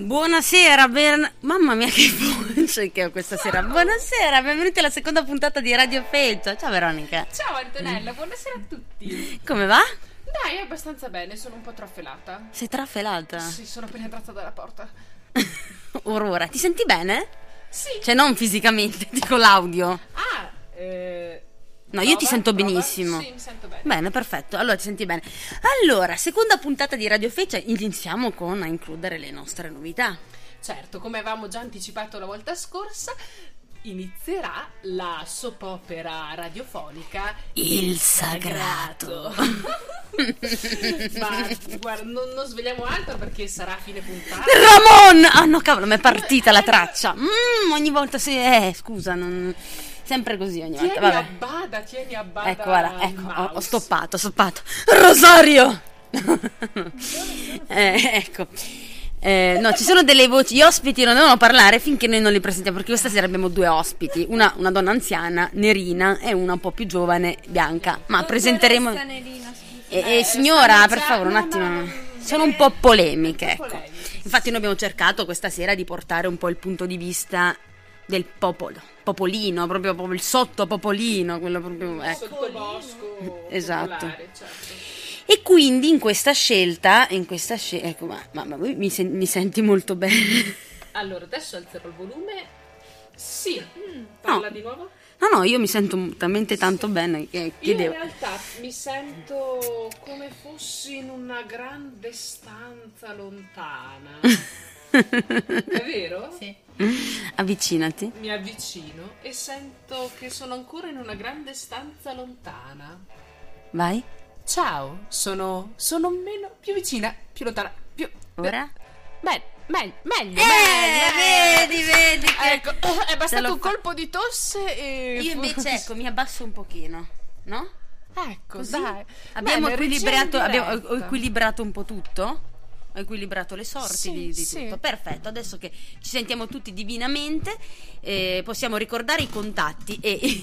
Buonasera, mamma mia che voce che ho questa sera. Buonasera, benvenuti alla seconda puntata di Radio Feccia. Ciao Veronica. Ciao Antonella, buonasera a tutti. Come va? Dai, abbastanza bene, sono un po' traffelata. Sei traffelata? Sì, sono appena entrata dalla porta. Aurora, ti senti bene? Sì. Cioè non fisicamente, dico l'audio. No, io ti sento benissimo. Sì, mi sento bene. Bene, perfetto, allora ti senti bene. Allora, seconda puntata di Radio Feccia, iniziamo con a includere le nostre novità. Certo, come avevamo già anticipato la volta scorsa, inizierà la soap opera radiofonica Il Sagrato. Ma guarda, non svegliamo altro perché sarà a fine puntata. Ramon! Ah no, cavolo, mi è partita la traccia. Ogni volta scusa, non... sempre così ogni volta. Vabbè. Tieni a bada. Ecco, guarda, ecco, ho stoppato. Rosario! Ecco. No, ci sono delle voci. Gli ospiti non devono parlare finché noi non li presentiamo, perché questa sera abbiamo due ospiti, una donna anziana, nerina, e una un po' più giovane, bianca. Ma presenteremo. Signora, per favore, un attimo. Sono un po' polemiche, ecco. Infatti noi abbiamo cercato questa sera di portare un po' il punto di vista del popolino, proprio il sottopopolino, quello proprio, ecco. Sottobosco. Esatto. Popolare, certo. E quindi in questa scelta, ecco, ma voi mi senti molto bene? Allora, adesso alzerò il volume. Sì, parla No. di nuovo. No, io mi sento talmente tanto bene che Io devo. in realtà mi sento come fossi in una grande stanza lontana. È vero? Sì. Avvicinati. Mi avvicino e sento che sono ancora in una grande stanza lontana. Vai. Ciao, sono più vicina, più lontana, più... Ora? Meglio. Vedi che... Ecco, è bastato un colpo di tosse e... Io invece, ecco, mi abbasso un pochino, no? Ecco, Così. dai. Abbiamo Bene, equilibrato, regia in ho diretta. equilibrato un po' tutto? Ho equilibrato le sorti Sì, di sì. tutto. Perfetto, adesso che ci sentiamo tutti divinamente, possiamo ricordare i contatti e...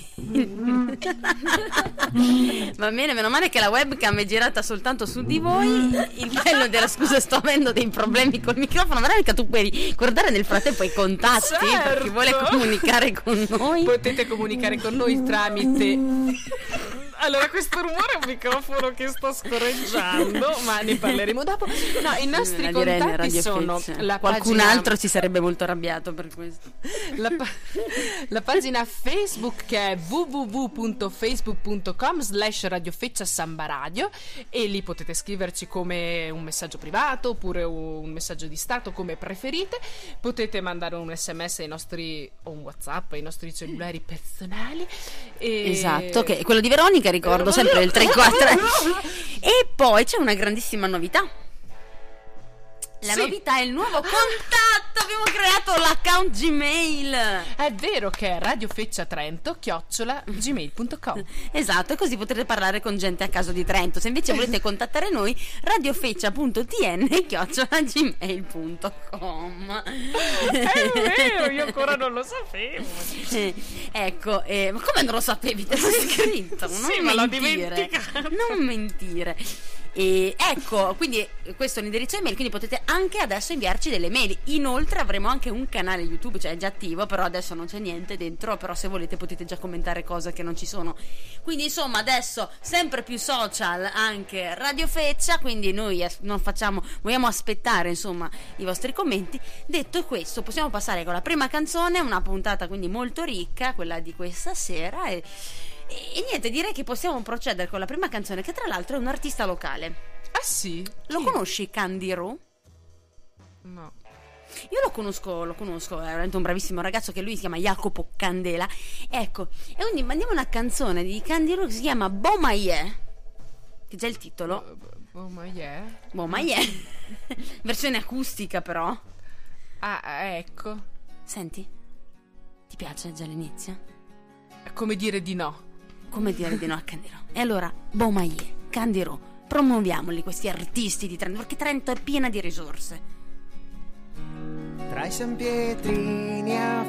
Va bene, meno male che la webcam è girata soltanto su di voi. Il bello della scusa, sto avendo dei problemi col microfono. Veronica, tu puoi ricordare nel frattempo i contatti per chi vuole comunicare con noi. Potete comunicare con noi tramite... Allora, questo rumore è un microfono che sto scorreggiando, ma ne parleremo dopo. No, i nostri contatti sono la qualcun pagina... altro si sarebbe molto arrabbiato per questo. La pagina Facebook, che è www.facebook.com/radiofecciasambaradio, e lì potete scriverci come un messaggio privato oppure un messaggio di stato, come preferite. Potete mandare un SMS ai nostri, o un WhatsApp ai nostri cellulari personali. Esatto, che è quello di Veronica, ricordo sempre il 34. E poi c'è una grandissima novità. La novità è il nuovo contatto. Abbiamo creato l'account Gmail. È vero che è radiofeccia@gmail.com. Esatto, e così potrete parlare con gente a caso di Trento. Se invece volete contattare noi, radiofeccia.tn@gmail.com. È vero, io ancora non lo sapevo. Ecco, ma come non lo sapevi? Te l'ho scritto. Non Sì, ma l'ho mentire. dimenticato. Non mentire. E ecco, quindi questo è l'indirizzo email, quindi potete anche adesso inviarci delle mail. Inoltre avremo anche un canale YouTube, cioè è già attivo, però adesso non c'è niente dentro, però se volete potete già commentare cose che non ci sono. Quindi insomma adesso sempre più social, anche Radio Feccia, quindi noi non facciamo, vogliamo aspettare insomma i vostri commenti. Detto questo, possiamo passare con la prima canzone, una puntata quindi molto ricca, quella di questa sera, e niente, direi che possiamo procedere con la prima canzone, che tra l'altro è un artista locale. Ah sì? Lo conosci, Candy Ro? No. Io lo conosco, è veramente un bravissimo ragazzo, che lui si chiama Jacopo Candela. Ecco, e quindi mandiamo una canzone di Candy Ro che si chiama Bomaye, che già è il titolo. Bomaye. Versione acustica però. Ah, ecco. Senti? Ti piace già l'inizio? È come dire di no. Come dire di no a Candy Ro. E allora, Bomaye, Candy Ro, promuoviamoli questi artisti di Trento, perché Trento è piena di risorse. Tra i San Pietrini a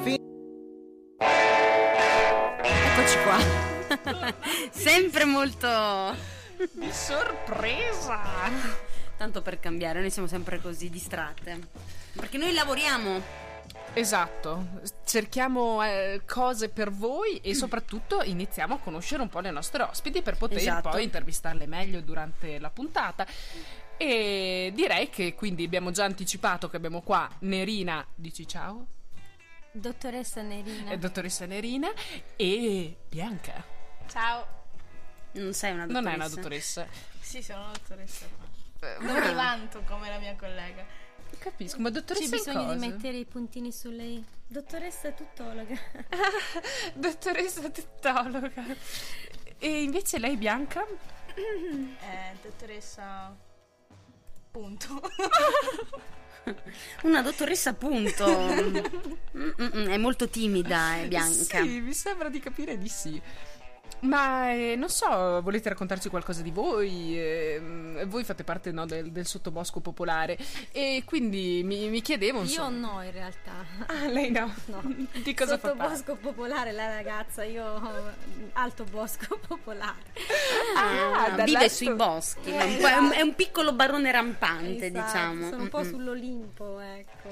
Eccoci qua. Sempre molto Di sorpresa. Tanto per cambiare, noi siamo sempre così distratte. Perché noi lavoriamo. Esatto, cerchiamo cose per voi e soprattutto iniziamo a conoscere un po' le nostre ospiti per poter Esatto. poi intervistarle meglio durante la puntata. E direi che quindi abbiamo già anticipato che abbiamo qua Nerina, dici ciao? Dottoressa Nerina. Dottoressa Nerina e Bianca. Ciao. Non sei una dottoressa. Non è una dottoressa. Sì, sono una dottoressa. Non mi vanto come la mia collega. Capisco, ma C'è dottoressa in bisogno cosa? di mettere i puntini su lei. Dottoressa tuttologa. Dottoressa tuttologa. E invece lei Bianca? Dottoressa. Punto. Una dottoressa, punto. È molto timida, Bianca. Sì, mi sembra di capire di sì. Ma non so, volete raccontarci qualcosa di voi? Voi fate parte, no, del sottobosco popolare e quindi mi chiedevo Io insomma. no, in realtà. Ah, lei no? No. Di cosa fa parte? Sottobosco popolare, la ragazza, io alto bosco popolare. dall'alto- Vive sui boschi, è un piccolo barone rampante, Esatto, diciamo. sono un po' sull'Olimpo, ecco.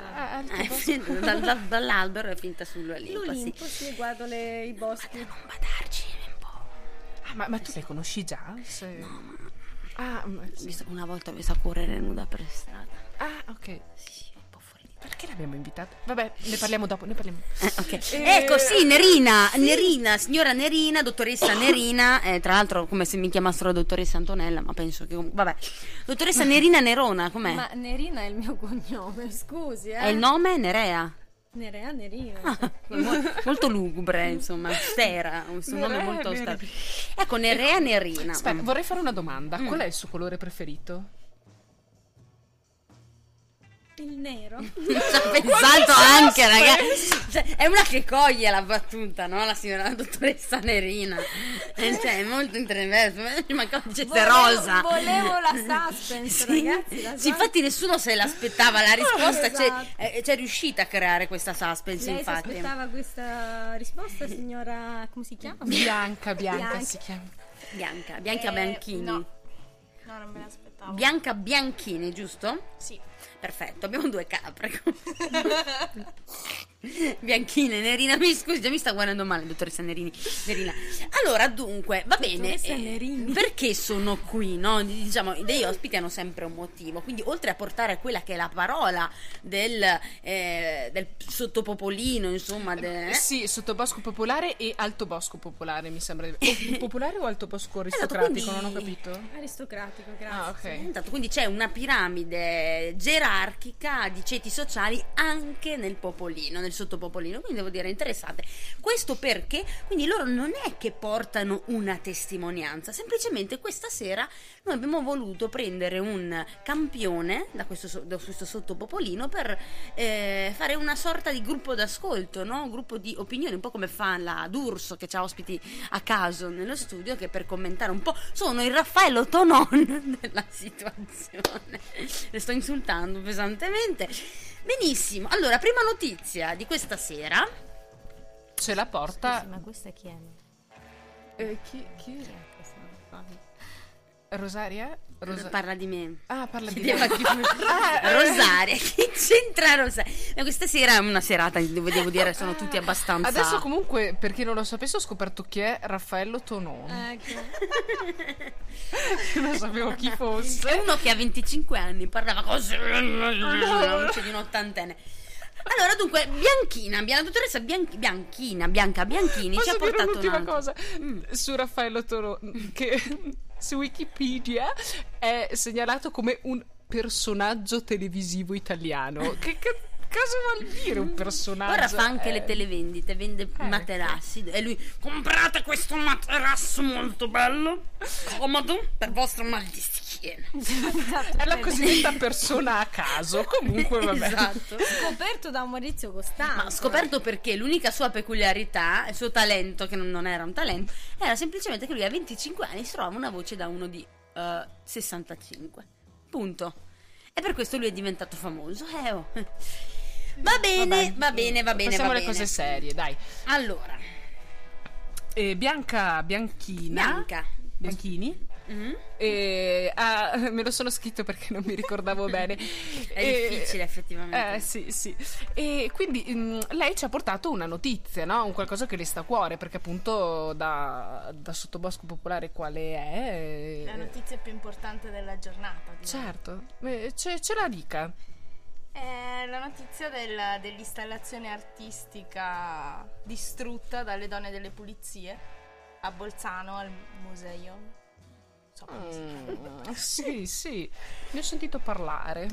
Dall'albero è finta sull'Olimpo, L'Olimpo, sì. sì, guardo i boschi. Non badarci un po'. Ah, ma tu le conosci già? Ah, sì. Una volta ho visto a correre nuda per strada. Ah, ok. Sì, un po' fuori di Perché l'abbiamo invitata? Vabbè, ne parliamo dopo, ne parliamo. ok. Ecco, sì, Nerina, signora Nerina, dottoressa Nerina, tra l'altro come se mi chiamassero dottoressa Antonella, ma penso che vabbè. Dottoressa Nerina Nerona, com'è? Ma Nerina è il mio cognome, scusi, È il nome? Nerea? Nerea Nerina. Molto lugubre, insomma, stera, un suo nome Nerea molto Nerina. stera. Ecco, Nerea Nerina. Aspetta, vorrei fare una domanda. Qual è il suo colore preferito? Il nero. Ci ha pensato anche, ragazzi. Cioè, è una che coglie la battuta, no? La signora dottoressa Nerina. Cioè, è molto interessante. Mi mancava dicesse rosa. Volevo la suspense, Sì. ragazzi. La Sì, infatti nessuno se l'aspettava la risposta. Esatto. C'è riuscita a creare questa suspense, Lei infatti. si aspettava questa risposta, signora? Come si chiama? Bianca Bianca. si chiama. Bianca Bianchini. No, non me l'aspettavo. Bianca Bianchini, giusto? Sì. Perfetto, abbiamo due capre. Bianchina e Nerina, mi scusi, già mi sta guardando male, dottoressa Nerina. Allora, dunque, va bene. Dottoressa Nerini. Perché sono qui, no? Diciamo, degli ospiti hanno sempre un motivo. Quindi, oltre a portare quella che è la parola del sottopopolino, insomma. Sì, sottobosco popolare e alto bosco popolare, mi sembra. Popolare o alto bosco aristocratico? quindi- Non ho capito. Aristocratico, grazie. Ah, ok. Intanto, quindi c'è una piramide gerarchica di ceti sociali anche nel popolino, nel sottopopolino, quindi devo dire interessante. Questo perché quindi loro non è che portano una testimonianza, semplicemente questa sera noi abbiamo voluto prendere un campione da questo sottopopolino per fare una sorta di gruppo d'ascolto, no? Un gruppo di opinioni, un po' come fa la D'Urso che c'ha ospiti a caso nello studio, che per commentare un po' sono il Raffaello Tonon della situazione. Le sto insultando pesantemente. Benissimo, allora prima notizia di questa sera. Ce la porta. Scusi, ma questa chi è? Chi? Chi è questa? Rosaria? Parla di me. Ah, parla di Chiedeva me. chi Rosaria, che c'entra Rosaria? Ma questa sera è una serata dove devo dire sono tutti abbastanza. Adesso comunque, per chi non lo sapesse, ho scoperto chi è Raffaello Tonon. Non sapevo chi È fosse. uno che ha 25 anni, parlava così, una voce di un ottantenne. Allora, dunque, la dottoressa Bianca Bianchini ci Posso ha dire portato un'ultima una cosa su Raffaello Tonon, che su Wikipedia è segnalato come un personaggio televisivo italiano. Che cosa vuol dire un personaggio? Ora fa anche le televendite, vende materassi e lui: comprate questo materasso molto bello, comodo per vostro mal di schiena. È la cosiddetta persona a caso. Comunque vabbè. Esatto. Scoperto da Maurizio Costanzo. Ma scoperto perché l'unica sua peculiarità, il suo talento, che non era un talento, era semplicemente che lui a 25 anni si trovava una voce da uno di 65. Punto. E per questo lui è diventato famoso. Va bene. Passiamo alle cose serie, dai. Allora, Bianchina. Bianca. Bianchini. E, me lo sono scritto perché non mi ricordavo bene. È difficile effettivamente. Sì. E quindi lei ci ha portato una notizia, no? Un qualcosa che le sta a cuore, perché appunto da sottobosco popolare quale è? La notizia più importante della giornata. Direi. Certo, ce la dica. È la notizia dell'installazione artistica distrutta dalle donne delle pulizie a Bolzano al museo. So come si chiama. Sì, ne ho sentito parlare.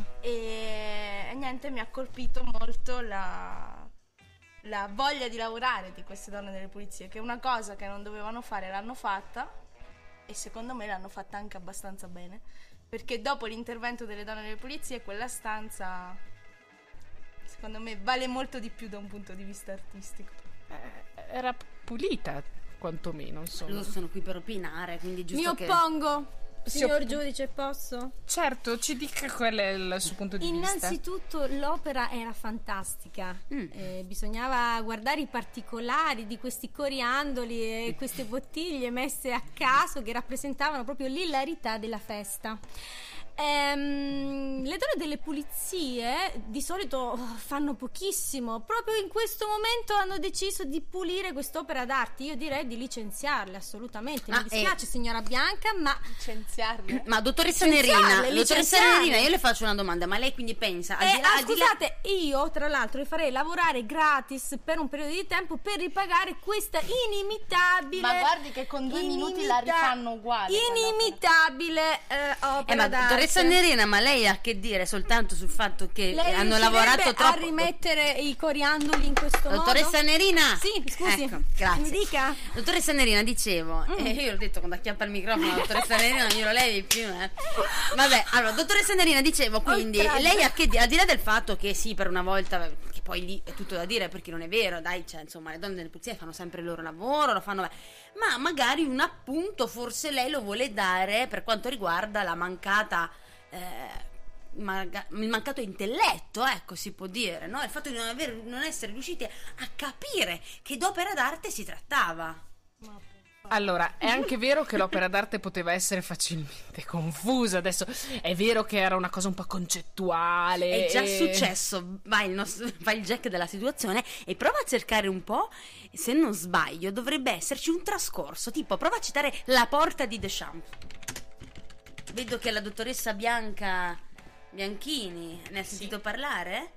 E niente, mi ha colpito molto la voglia di lavorare di queste donne delle pulizie, che è una cosa che non dovevano fare, l'hanno fatta, e secondo me l'hanno fatta anche abbastanza bene, perché dopo l'intervento delle donne delle pulizie quella stanza secondo me vale molto di più da un punto di vista artistico. Era pulita, quantomeno, insomma. Loro sono qui per opinare, quindi è giusto Mi che... oppongo. Signor giudice, posso? Certo, ci dica qual è il suo punto di vista. Innanzitutto l'opera era fantastica. Bisognava guardare i particolari di questi coriandoli e queste bottiglie messe a caso che rappresentavano proprio l'ilarità della festa. Le donne delle pulizie di solito fanno pochissimo. Proprio in questo momento hanno deciso di pulire quest'opera d'arte. Io direi di licenziarle assolutamente. Mi dispiace, signora Bianca, ma Licenziarle? Ma dottoressa Licenziarle, Nerina, io le faccio una domanda, ma lei quindi pensa scusate, io tra l'altro le farei lavorare gratis per un periodo di tempo per ripagare questa inimitabile, Ma guardi che con 2 minuti la rifanno uguale. inimitabile opera ma d'arte. dottoressa Nerina, ma lei ha che dire soltanto sul fatto che Lei hanno riuscirebbe lavorato troppo? a rimettere i coriandoli in questo Dottoressa modo? Nerina? Sì, scusi, Ecco, grazie. mi dica. Dottoressa Nerina, dicevo, io l'ho detto quando acchiappa il microfono, la dottoressa Nerina non glielo levi più, Vabbè, allora, dottoressa Nerina, dicevo, quindi, Oltraggio. lei ha che dire, al di là del fatto che sì, per una volta, che poi lì è tutto da dire perché non è vero, dai, cioè, insomma, le donne delle pulizie fanno sempre il loro lavoro, lo fanno, ma magari un appunto forse lei lo vuole dare per quanto riguarda la mancata... il mancato intelletto, ecco, si può dire, no? Il fatto di non essere riusciti a capire che d'opera d'arte si trattava. Allora, è anche vero che l'opera d'arte poteva essere facilmente confusa. Adesso è vero che era una cosa un po' concettuale. È già successo. Vai il Jack della situazione e prova a cercare un po'. Se non sbaglio, dovrebbe esserci un trascorso. Tipo, prova a citare La porta di Deschamps. Vedo che la dottoressa Bianchini ne ha sentito parlare.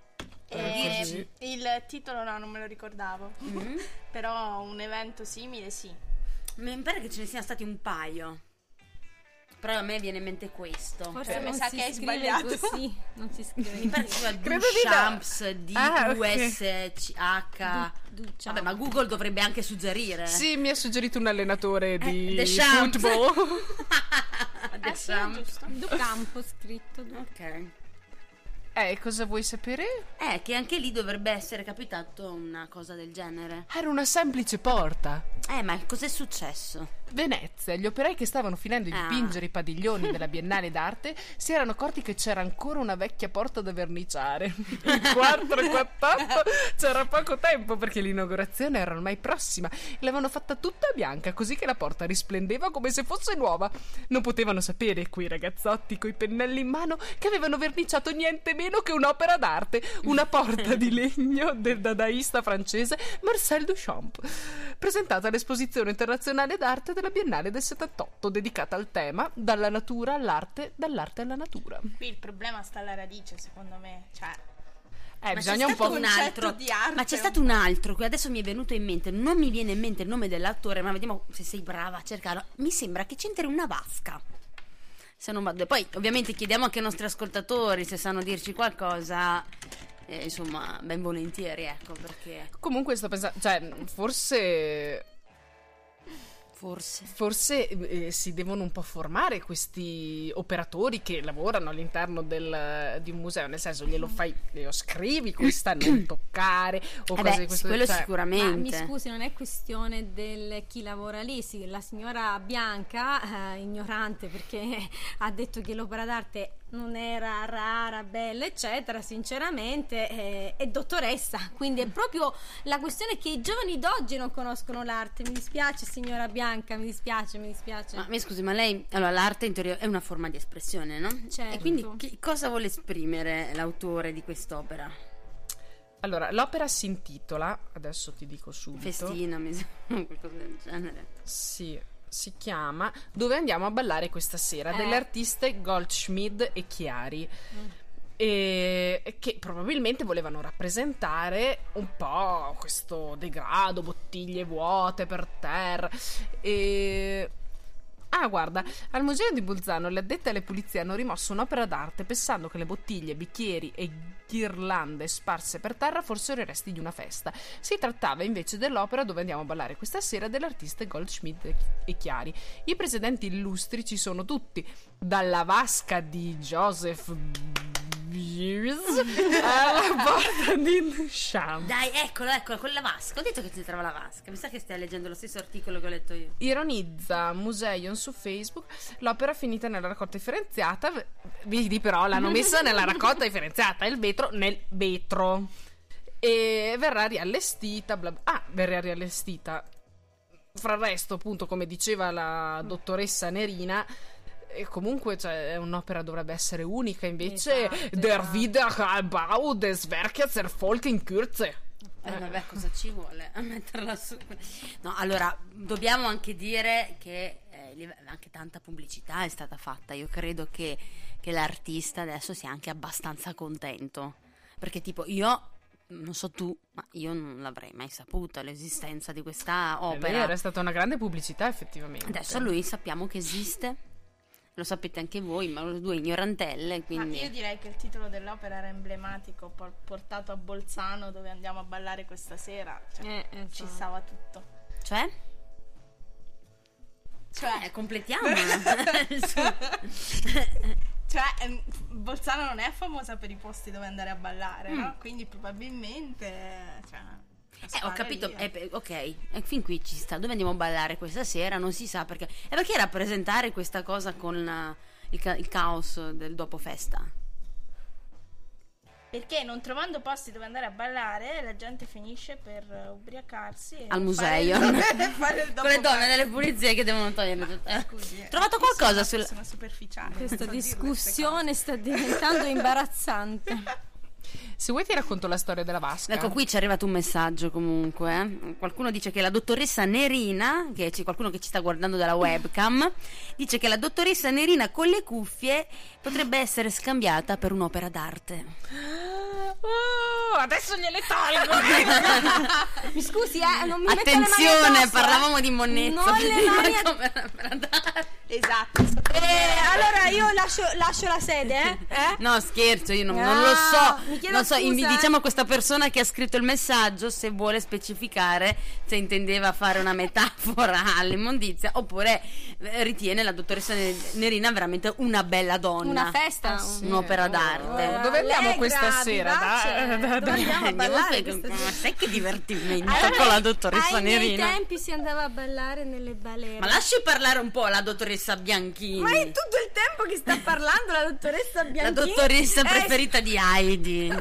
Il titolo no, non me lo ricordavo. Però un evento simile sì. Mi pare che ce ne siano stati un paio. Però a me viene in mente questo. Forse mi non sa si che hai scrive sbagliato. così. Non si scrive Mi pare che sia Credo di no. Duchamps, Ah, D-U-S-C-H. Vabbè, ma Google dovrebbe anche suggerire. Sì, mi ha suggerito un allenatore di Deschamps. football. Deschamps. Giusto. Ducampo scritto. Ok. Cosa vuoi sapere? Che anche lì dovrebbe essere capitato una cosa del genere. Era una semplice porta. Ma cos'è successo? Venezia, gli operai che stavano finendo di dipingere i padiglioni della Biennale d'Arte si erano accorti che c'era ancora una vecchia porta da verniciare. Il 448 c'era poco tempo perché l'inaugurazione era ormai prossima. L'avevano fatta tutta bianca, così che la porta risplendeva come se fosse nuova. Non potevano sapere quei ragazzotti coi pennelli in mano che avevano verniciato niente meno che un'opera d'arte, una porta di legno del dadaista francese Marcel Duchamp, presentata all'Esposizione Internazionale d'Arte della Biennale del 78, dedicata al tema Dalla natura all'arte, dall'arte alla natura. Qui il problema sta alla radice, secondo me. Cioè, Bisogna un po'. Un altro di arte. Ma c'è stato un altro che adesso mi è venuto in mente. Non mi viene in mente il nome dell'attore, ma vediamo se sei brava a cercarlo. Mi sembra che c'entri una vasca, se non vado. E poi ovviamente chiediamo anche ai nostri ascoltatori se sanno dirci qualcosa. Insomma, ben volentieri, ecco, perché Comunque sto pensando, cioè, forse si devono un po' formare questi operatori che lavorano all'interno di un museo, nel senso glielo scrivi questa non toccare o cose di questo quello cioè, sicuramente. Ma mi scusi, non è questione del chi lavora lì, sì, la signora Bianca, ignorante perché ha detto che l'opera d'arte non era rara, bella, eccetera, sinceramente è dottoressa, quindi è proprio la questione che i giovani d'oggi non conoscono l'arte. Mi dispiace, signora Bianca, mi dispiace. Ma mi scusi, ma lei, allora, l'arte in teoria è una forma di espressione, no? Certo. E quindi cosa vuole esprimere l'autore di quest'opera? Allora, l'opera si intitola, adesso ti dico subito. Festina, qualcosa del genere. Sì, si chiama Dove andiamo a ballare questa sera, delle artiste Goldschmidt e Chiari. E che probabilmente volevano rappresentare un po' questo degrado, bottiglie vuote per terra. Guarda, al museo di Bolzano le addette alle pulizie hanno rimosso un'opera d'arte pensando che le bottiglie, bicchieri e ghirlande sparse per terra fossero i resti di una festa. Si trattava invece dell'opera Dove andiamo a ballare questa sera dell'artista Goldschmidt e Chiari. I precedenti illustri ci sono tutti, dalla vasca di Joseph alla porta di Duchamp. Dai, eccola, quella vasca. Ho detto che si trova la vasca. Mi sa che stai leggendo lo stesso articolo che ho letto io. Ironizza Museion su Facebook. L'opera finita nella raccolta differenziata. Vedi, però l'hanno messa nella raccolta differenziata, il vetro nel vetro. E verrà riallestita. Verrà riallestita. Fra il resto, appunto, come diceva la dottoressa Nerina. E comunque, cioè, un'opera dovrebbe essere unica, invece der Wiederbau des Werkes erfolgt in Kürze. Vabbè, cosa ci vuole a metterla su? No, allora, dobbiamo anche dire che anche tanta pubblicità è stata fatta. Io credo che l'artista adesso sia anche abbastanza contento, perché tipo io non so tu, ma io non l'avrei mai saputa l'esistenza di questa opera. Era stata una grande pubblicità, effettivamente. Adesso lui sappiamo che esiste. Lo sapete anche voi, ma due ignorantelle, quindi... Ma io direi che il titolo dell'opera era emblematico, portato a Bolzano, dove andiamo a ballare questa sera. Cioè, ci stava tutto. Cioè, completiamo. Cioè, Bolzano non è famosa per i posti dove andare a ballare, no? Quindi probabilmente... ho capito, ok, fin qui ci sta. Dove andiamo a ballare questa sera? Non si sa perché. E perché rappresentare questa cosa con il caos del dopo festa? Perché non trovando posti dove andare a ballare, la gente finisce per ubriacarsi e al museo fare il con le donne delle pulizie che devono togliere tutto. Scusi, trovato qualcosa sul... Sono superficiale. Questa discussione sta diventando imbarazzante. Se vuoi ti racconto la storia della vasca. Ecco, qui ci è arrivato un messaggio comunque. Qualcuno dice che la dottoressa Nerina, che c'è qualcuno che ci sta guardando dalla webcam, dice che la dottoressa Nerina con le cuffie potrebbe essere scambiata per un'opera d'arte. Adesso gliele tolgo. Mi scusi, non mi metta le mani attenzione, addosso, parlavamo di monnezza. non le mani come opera d'arte. Esatto. Allora io lascio la sede, No, scherzo, io non lo so. Mi chiedo Non so, scusa, diciamo a questa persona che ha scritto il messaggio se vuole specificare se intendeva fare una metafora all'immondizia oppure ritiene la dottoressa Nerina veramente una bella donna. una festa, Un'opera d'arte. Dove andiamo allegra, questa sera? vivace. Dove andiamo a ballare questa Ma sera? sai che divertimento Allora, con la dottoressa ai miei Nerina. tempi si andava a ballare nelle balere. Ma lasci parlare un po' la dottoressa Bianchini. Ma è tutto il tempo che sta parlando la dottoressa Bianchini. La dottoressa preferita di Heidi.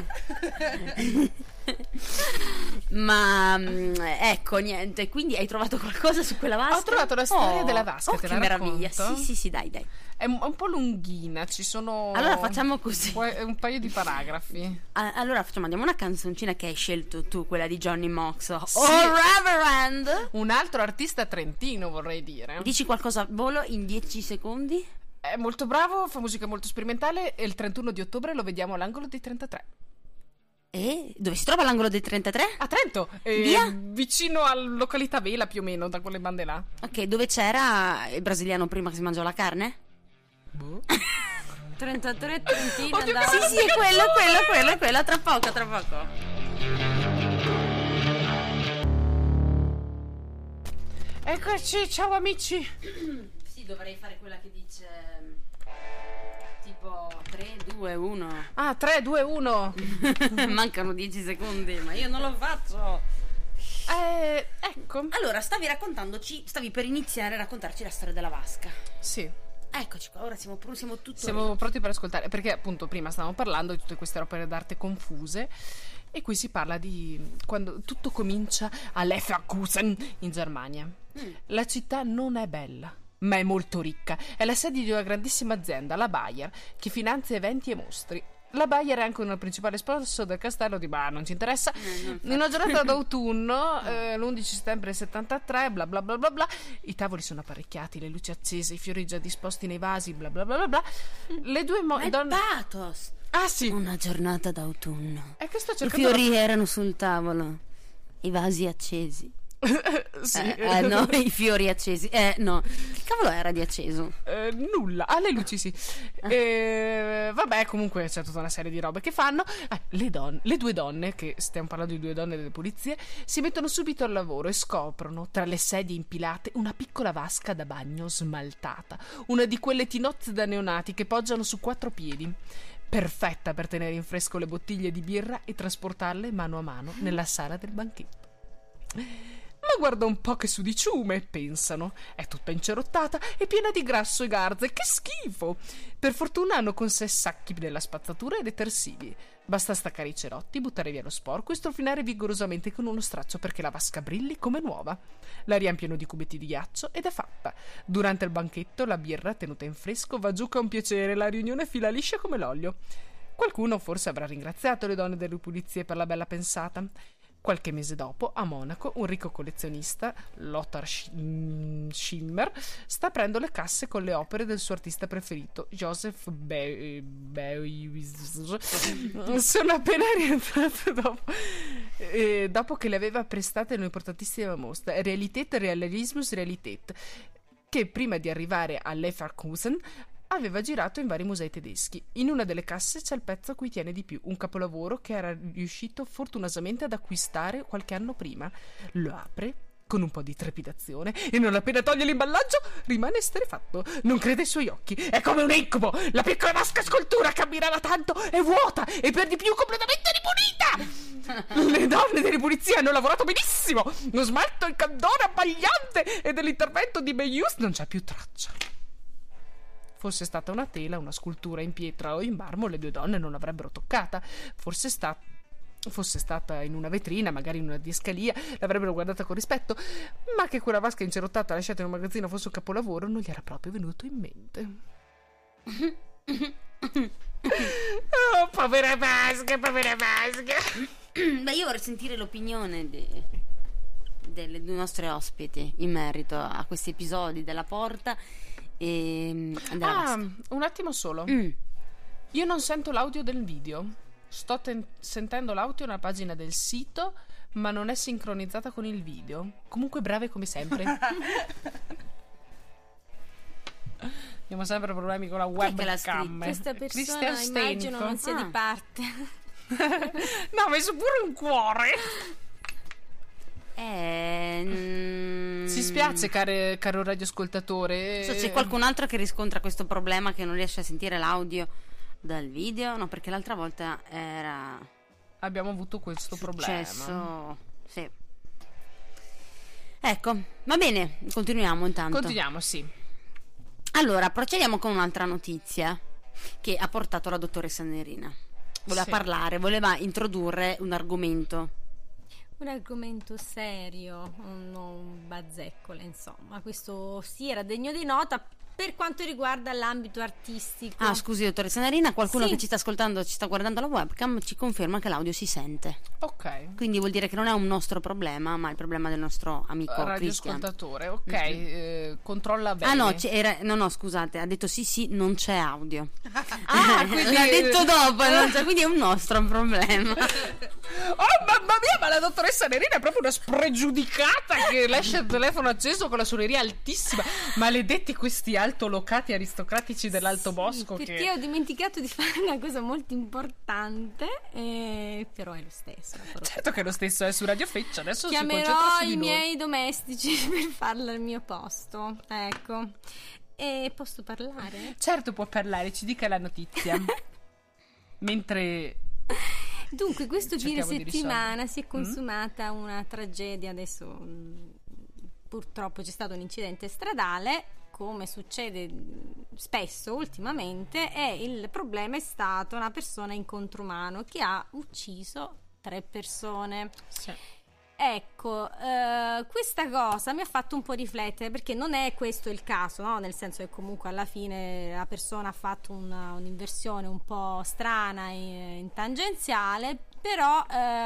Ma ecco, niente. Quindi hai trovato qualcosa su quella vasca? Ho trovato la storia della vasca, te che la meraviglia. racconto? Sì, dai. È un po' lunghina, ci sono... Allora facciamo così. Un paio di paragrafi. Allora andiamo una canzoncina che hai scelto tu, quella di Johnny Mox. Sì. Oh, Reverend! Un altro artista trentino, vorrei dire. Dici qualcosa a volo in 10 secondi? È molto bravo, fa musica molto sperimentale e il 31 di ottobre lo vediamo all'angolo dei 33. E dove si trova l'angolo dei 33? A Trento, Via? vicino alla località Vela più o meno, da quelle bande là. Ok, dove c'era il brasiliano prima che si mangiava la carne? 33 Trentino Oddio, andava. Sì, è quello, tra poco. Eccoci, ciao amici. Sì, dovrei fare quella che dice tipo 3, 2, 1. Ah, 3, 2, 1. Mancano 10 secondi, ma io non lo faccio. Ecco. Allora, stavi per iniziare a raccontarci la storia della vasca. Sì. Eccoci qua, ora siamo tutto. Siamo pronti per ascoltare, perché appunto prima stavamo parlando di tutte queste opere d'arte confuse e qui si parla di quando tutto comincia a Leverkusen in Germania. La città non è bella, ma è molto ricca. È la sede di una grandissima azienda, la Bayer, che finanzia eventi e mostri. La Bayer è anche una principale sponsor del castello di non ci interessa. In una giornata d'autunno, l'11 settembre 73, bla bla bla bla bla, i tavoli sono apparecchiati, le luci accese, i fiori già disposti nei vasi, bla bla bla bla bla. Le due donne. Pathos. Ah sì. Una giornata d'autunno. È che sto I cercando. fiori erano sul tavolo, i vasi accesi. Sì. No, i fiori accesi. No, che cavolo era di acceso? Nulla. Le luci sì. Vabbè, comunque c'è tutta una serie di robe che fanno. Le due donne, che stiamo parlando di due donne delle pulizie, si mettono subito al lavoro e scoprono tra le sedie impilate una piccola vasca da bagno smaltata, una di quelle tinozze da neonati che poggiano su 4 piedi, perfetta per tenere in fresco le bottiglie di birra e trasportarle mano a mano nella sala del banchetto. Ma guarda un po' che sudiciume, pensano. È tutta incerottata e piena di grasso e garze. Che schifo! Per fortuna hanno con sé sacchi della spazzatura e detersivi. Basta staccare i cerotti, buttare via lo sporco e strofinare vigorosamente con uno straccio perché la vasca brilli come nuova. La riempiono di cubetti di ghiaccio ed è fatta. Durante il banchetto la birra tenuta in fresco va giù con piacere, la riunione fila liscia come l'olio. Qualcuno forse avrà ringraziato le donne delle pulizie per la bella pensata. Qualche mese dopo, a Monaco, un ricco collezionista, Lothar Schimmer, sta aprendo le casse con le opere del suo artista preferito, Joseph Beuys. Sono appena rientrato dopo che le aveva prestate in un'importantissima mostra, Realität, Realismus, Realität, che prima di arrivare a Leverkusen aveva girato in vari musei tedeschi. In una delle casse c'è il pezzo a cui tiene di più, un capolavoro che era riuscito fortunosamente ad acquistare qualche anno prima. Lo apre con un po' di trepidazione e non appena toglie l'imballaggio rimane esterrefatto. Non crede ai suoi occhi. È come un incubo. La piccola vasca scultura che ammirava tanto è vuota e per di più completamente ripulita. Le donne delle pulizie hanno lavorato benissimo. Lo smalto, il candore abbagliante e dell'intervento di Beuys non c'è più traccia. Fosse stata una tela, una scultura in pietra o in marmo, le due donne non l'avrebbero toccata. Fosse stata in una vetrina, magari in una discalia, l'avrebbero guardata con rispetto, ma che quella vasca incerottata lasciata in un magazzino fosse un capolavoro non gli era proprio venuto in mente. Oh, povere vasche, povere vasche. Beh, io vorrei sentire l'opinione dei nostri ospiti in merito a questi episodi della porta e della vasca. Un attimo solo. Io non sento l'audio del video. Sto sentendo l'audio nella pagina del sito, ma non è sincronizzata con il video. Comunque brave come sempre. Abbiamo sempre problemi con la webcam. Questa persona immagino non sia di parte. No, ho messo pure un cuore. Si spiace, caro radioascoltatore. So, c'è qualcun altro che riscontra questo problema, che non riesce a sentire l'audio dal video? No, perché l'altra volta abbiamo avuto questo problema. Sì. Ecco, va bene, continuiamo intanto. Continuiamo, sì. Allora, procediamo con un'altra notizia che ha portato la dottoressa Nerina. Voleva introdurre un argomento serio, non bazzecole, insomma. Questo sì era degno di nota per quanto riguarda l'ambito artistico. Ah, scusi, dottoressa Nerina, qualcuno Sì. che ci sta ascoltando, ci sta guardando la webcam, ci conferma che l'audio si sente. Ok. Quindi vuol dire che non è un nostro problema, ma il problema del nostro amico Christian. Radioascoltatore, ok. Controlla bene. No, scusate, ha detto sì, non c'è audio. Quindi L'ha detto dopo, quindi è un nostro problema. Oh mamma mia, ma la dottoressa Nerina è proprio una spregiudicata che lascia il telefono acceso con la suoneria altissima. Maledetti questi altolocati aristocratici dell'Alto Bosco. Perché ho dimenticato di fare una cosa molto importante, però è lo stesso. Certo che è lo stesso, è su Radio Feccia. Adesso si Chiamerò concentra su di i noi. miei domestici per farlo al mio posto. Ecco. E posso parlare? Certo, può parlare, ci dica la notizia. Mentre Dunque, questo fine cerchiamo di settimana si è consumata una tragedia. Adesso purtroppo c'è stato un incidente stradale come succede spesso ultimamente, il problema è stato una persona in contromano che ha ucciso 3 persone. Sì. Ecco, questa cosa mi ha fatto un po' riflettere, perché non è questo il caso, no? Nel senso che comunque alla fine la persona ha fatto un'inversione un po' strana in tangenziale, però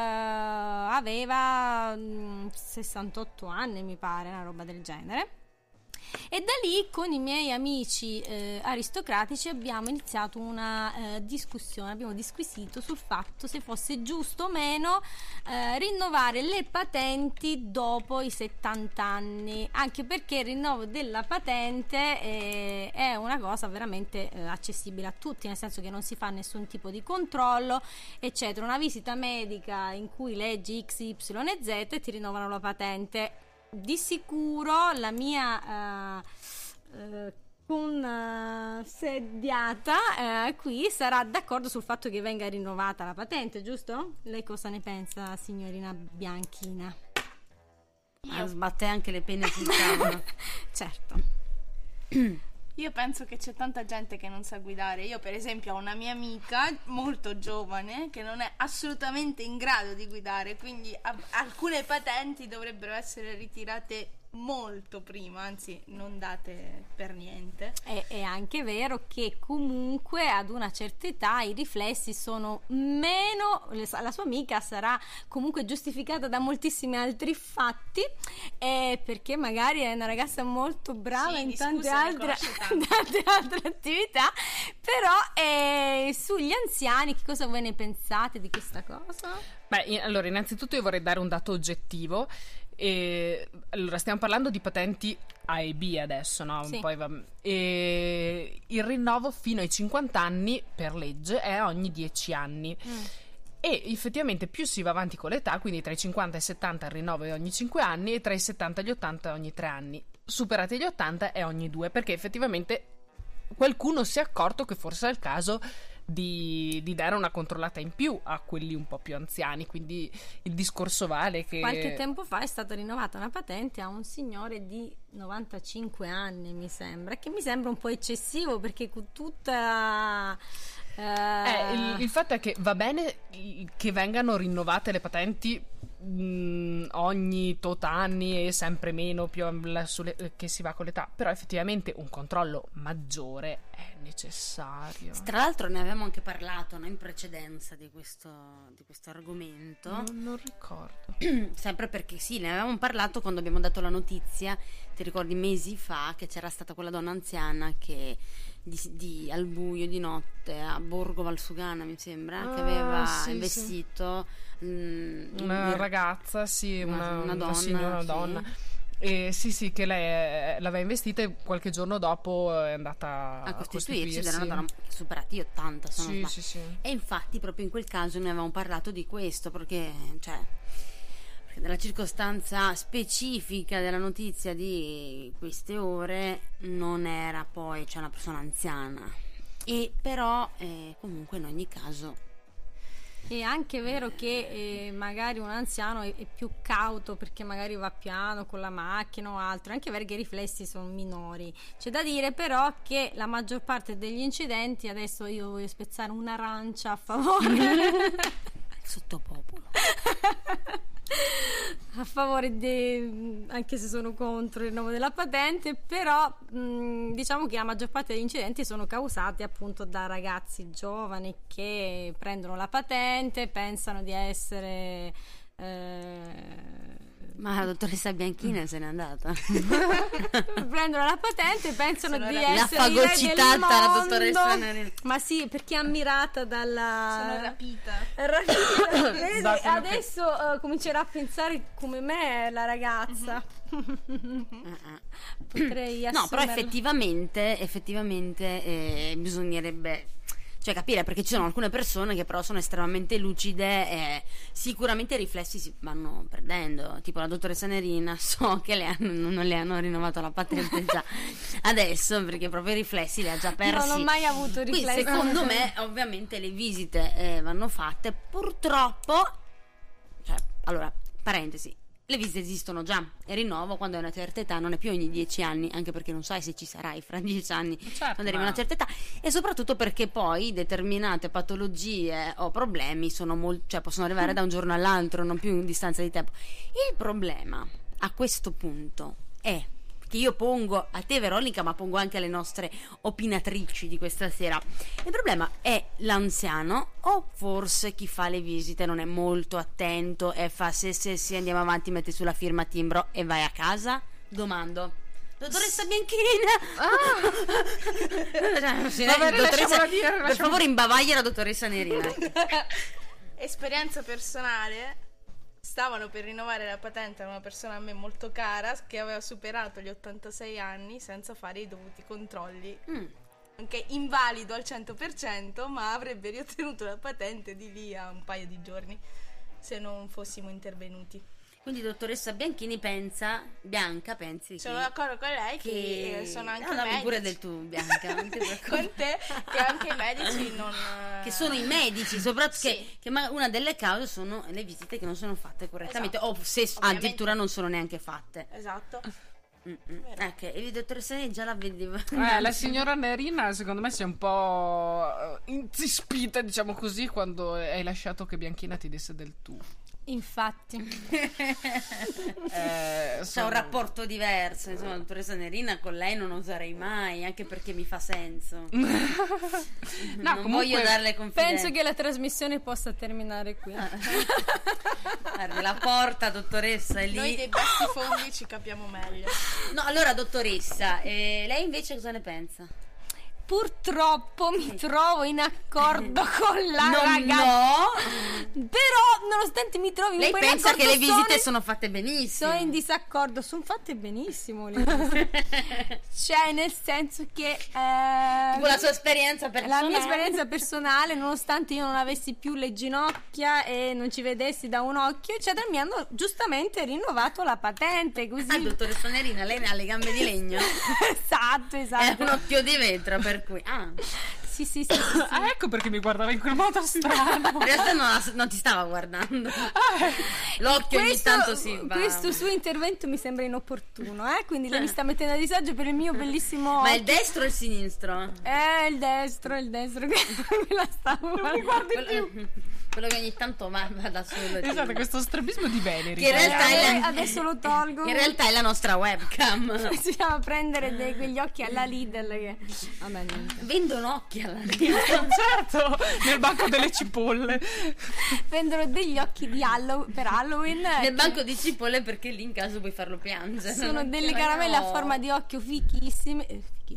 aveva 68 anni, mi pare, una roba del genere. E da lì con i miei amici aristocratici abbiamo iniziato una discussione, abbiamo disquisito sul fatto se fosse giusto o meno rinnovare le patenti dopo i 70 anni, anche perché il rinnovo della patente è una cosa veramente accessibile a tutti, nel senso che non si fa nessun tipo di controllo, eccetera. Una visita medica in cui leggi X, Y e Z e ti rinnovano la patente. Di sicuro la mia consediata qui sarà d'accordo sul fatto che venga rinnovata la patente, giusto? Lei cosa ne pensa, signorina Bianchina? Sbatte anche le penne sul tavolo. Certo. Io penso che c'è tanta gente che non sa guidare. Io per esempio ho una mia amica molto giovane che non è assolutamente in grado di guidare, quindi alcune patenti dovrebbero essere ritirate molto prima, anzi non date per niente. È anche vero che comunque ad una certa età i riflessi sono meno, la sua amica sarà comunque giustificata da moltissimi altri fatti, perché magari è una ragazza molto brava in tante altre attività, però sugli anziani che cosa voi ne pensate di questa cosa? Beh, allora innanzitutto io vorrei dare un dato oggettivo. Allora stiamo parlando di patenti A e B adesso, no? Sì. Poi e il rinnovo fino ai 50 anni per legge è ogni 10 anni. E effettivamente più si va avanti con l'età, quindi tra i 50 e i 70 il rinnovo è ogni 5 anni e tra i 70 e gli 80 è ogni 3 anni. Superati gli 80 è ogni 2, perché effettivamente qualcuno si è accorto che forse è il caso di dare una controllata in più a quelli un po' più anziani, quindi il discorso vale che qualche tempo fa è stata rinnovata una patente a un signore di 95 anni, mi sembra, che mi sembra un po' eccessivo, perché con tutta il fatto è che va bene che vengano rinnovate le patenti ogni tot anni e sempre meno più che si va con l'età, però effettivamente un controllo maggiore è necessario. Tra l'altro ne avevamo anche parlato, no, in precedenza di questo argomento. Non ricordo. Sempre perché sì, ne avevamo parlato quando abbiamo dato la notizia, ti ricordi, mesi fa, che c'era stata quella donna anziana che al buio di notte a Borgo Valsugana, mi sembra, che aveva investito una ragazza, sì, una donna, signora, una sì. donna. E sì, che lei l'aveva investita e qualche giorno dopo è andata a costituirsi. costituirsi. Era una donna superati 80, se non sbaglio. Sì. E infatti proprio in quel caso ne avevamo parlato di questo, perché della circostanza specifica della notizia di queste ore non era poi una persona anziana, e però comunque in ogni caso è anche vero che magari un anziano è più cauto perché magari va piano con la macchina o altro, anche perché i riflessi sono minori. C'è da dire però che la maggior parte degli incidenti, adesso io voglio spezzare un'arancia a favore il sottopopolo a favore anche se sono contro il rinnovo della patente, però diciamo che la maggior parte degli incidenti sono causati appunto da ragazzi giovani che prendono la patente, pensano di essere ma la dottoressa Bianchina se n'è andata. Prendono la patente e pensano di l'ha essere fagocitata la dottoressa Nerina. Ma sì, perché è ammirata dalla Sono rapita. Vedi, adesso comincerà a pensare come me la ragazza. Potrei No, però assumerla. effettivamente bisognerebbe capire, perché ci sono alcune persone che però sono estremamente lucide e sicuramente i riflessi si vanno perdendo, tipo la dottoressa Nerina, so che non le hanno rinnovato la patente già adesso, perché proprio i riflessi li ha già persi. Non ho mai avuto riflessi. Qui, secondo me ovviamente le visite vanno fatte, purtroppo, allora, parentesi, le visite esistono già, il rinnovo quando hai una certa età non è più ogni 10 anni, anche perché non sai se ci sarai fra 10 anni quando arrivi a una certa età, e soprattutto perché poi determinate patologie o problemi cioè possono arrivare da un giorno all'altro, non più in distanza di tempo. Il problema a questo punto è che io pongo a te, Veronica, ma pongo anche alle nostre opinatrici di questa sera. Il problema è l'anziano, o forse chi fa le visite non è molto attento e fa sì, andiamo avanti, metti sulla firma timbro e vai a casa? Domando. Dottoressa Bianchina, dottoressa, per favore imbavaglia la dottoressa Nerina. Esperienza personale: stavano per rinnovare la patente a una persona a me molto cara che aveva superato gli 86 anni senza fare i dovuti controlli. Anche invalido al 100%, ma avrebbe riottenuto la patente di lì a un paio di giorni se non fossimo intervenuti. Quindi dottoressa Bianchini pensi sono d'accordo con lei che sono anche medici. Pure del tu, Bianca, non ti preoccupare. Con te che anche i medici non che sono i medici, soprattutto sì. che una delle cause sono le visite che non sono fatte correttamente, esatto. o se addirittura non sono neanche fatte. Esatto. Ok, e la dottoressa già la vedevo. La signora Nerina secondo me si è un po' inzispita, diciamo così, quando hai lasciato che Bianchina ti desse del tu. Infatti. C'è un rapporto diverso, insomma, la dottoressa Nerina con lei non oserei mai, anche perché mi fa senso. No, non comunque, voglio darle confidenza. Penso che la trasmissione possa terminare qui. Guarda, la porta, dottoressa, è lì. Noi dei bassi fondi ci capiamo meglio. No, allora dottoressa, lei invece cosa ne pensa? Purtroppo mi trovo in accordo con la ragazza. No. Però, nonostante mi trovi Lei un po' in pensa accordo, che le visite sono fatte benissimo? sono in disaccordo. Sono fatte benissimo le visite. Cioè, nel senso che Tipo la sua esperienza la personale. mia esperienza personale, nonostante io non avessi più le ginocchia e non ci vedessi da un occhio, eccetera, mi hanno giustamente rinnovato la patente. Così. Dottoressa Nerina, lei ne ha le gambe di legno. Esatto. È un occhio di vetro, per cui Sì. Ah, ecco perché mi guardava in quel modo strano. in realtà non ti stava guardando. L'occhio ogni tanto si va. Questo suo intervento mi sembra inopportuno, quindi lei mi sta mettendo a disagio per il mio bellissimo Ma occhio. il destro o il sinistro? Il destro che me la stavo guardando. Quello che ogni tanto va da solo. Esatto, questo strabismo di Veneri. Che in realtà è adesso lo tolgo. In realtà è la nostra webcam. Si va a prendere quegli occhi alla Lidl che... Vabbè, niente. Vendono occhi alla Lidl. Certo, nel banco delle cipolle. Vendono degli occhi per Halloween. Nel banco di cipolle, perché lì in caso puoi farlo piangere. Sono delle caramelle a forma di occhio fichissime.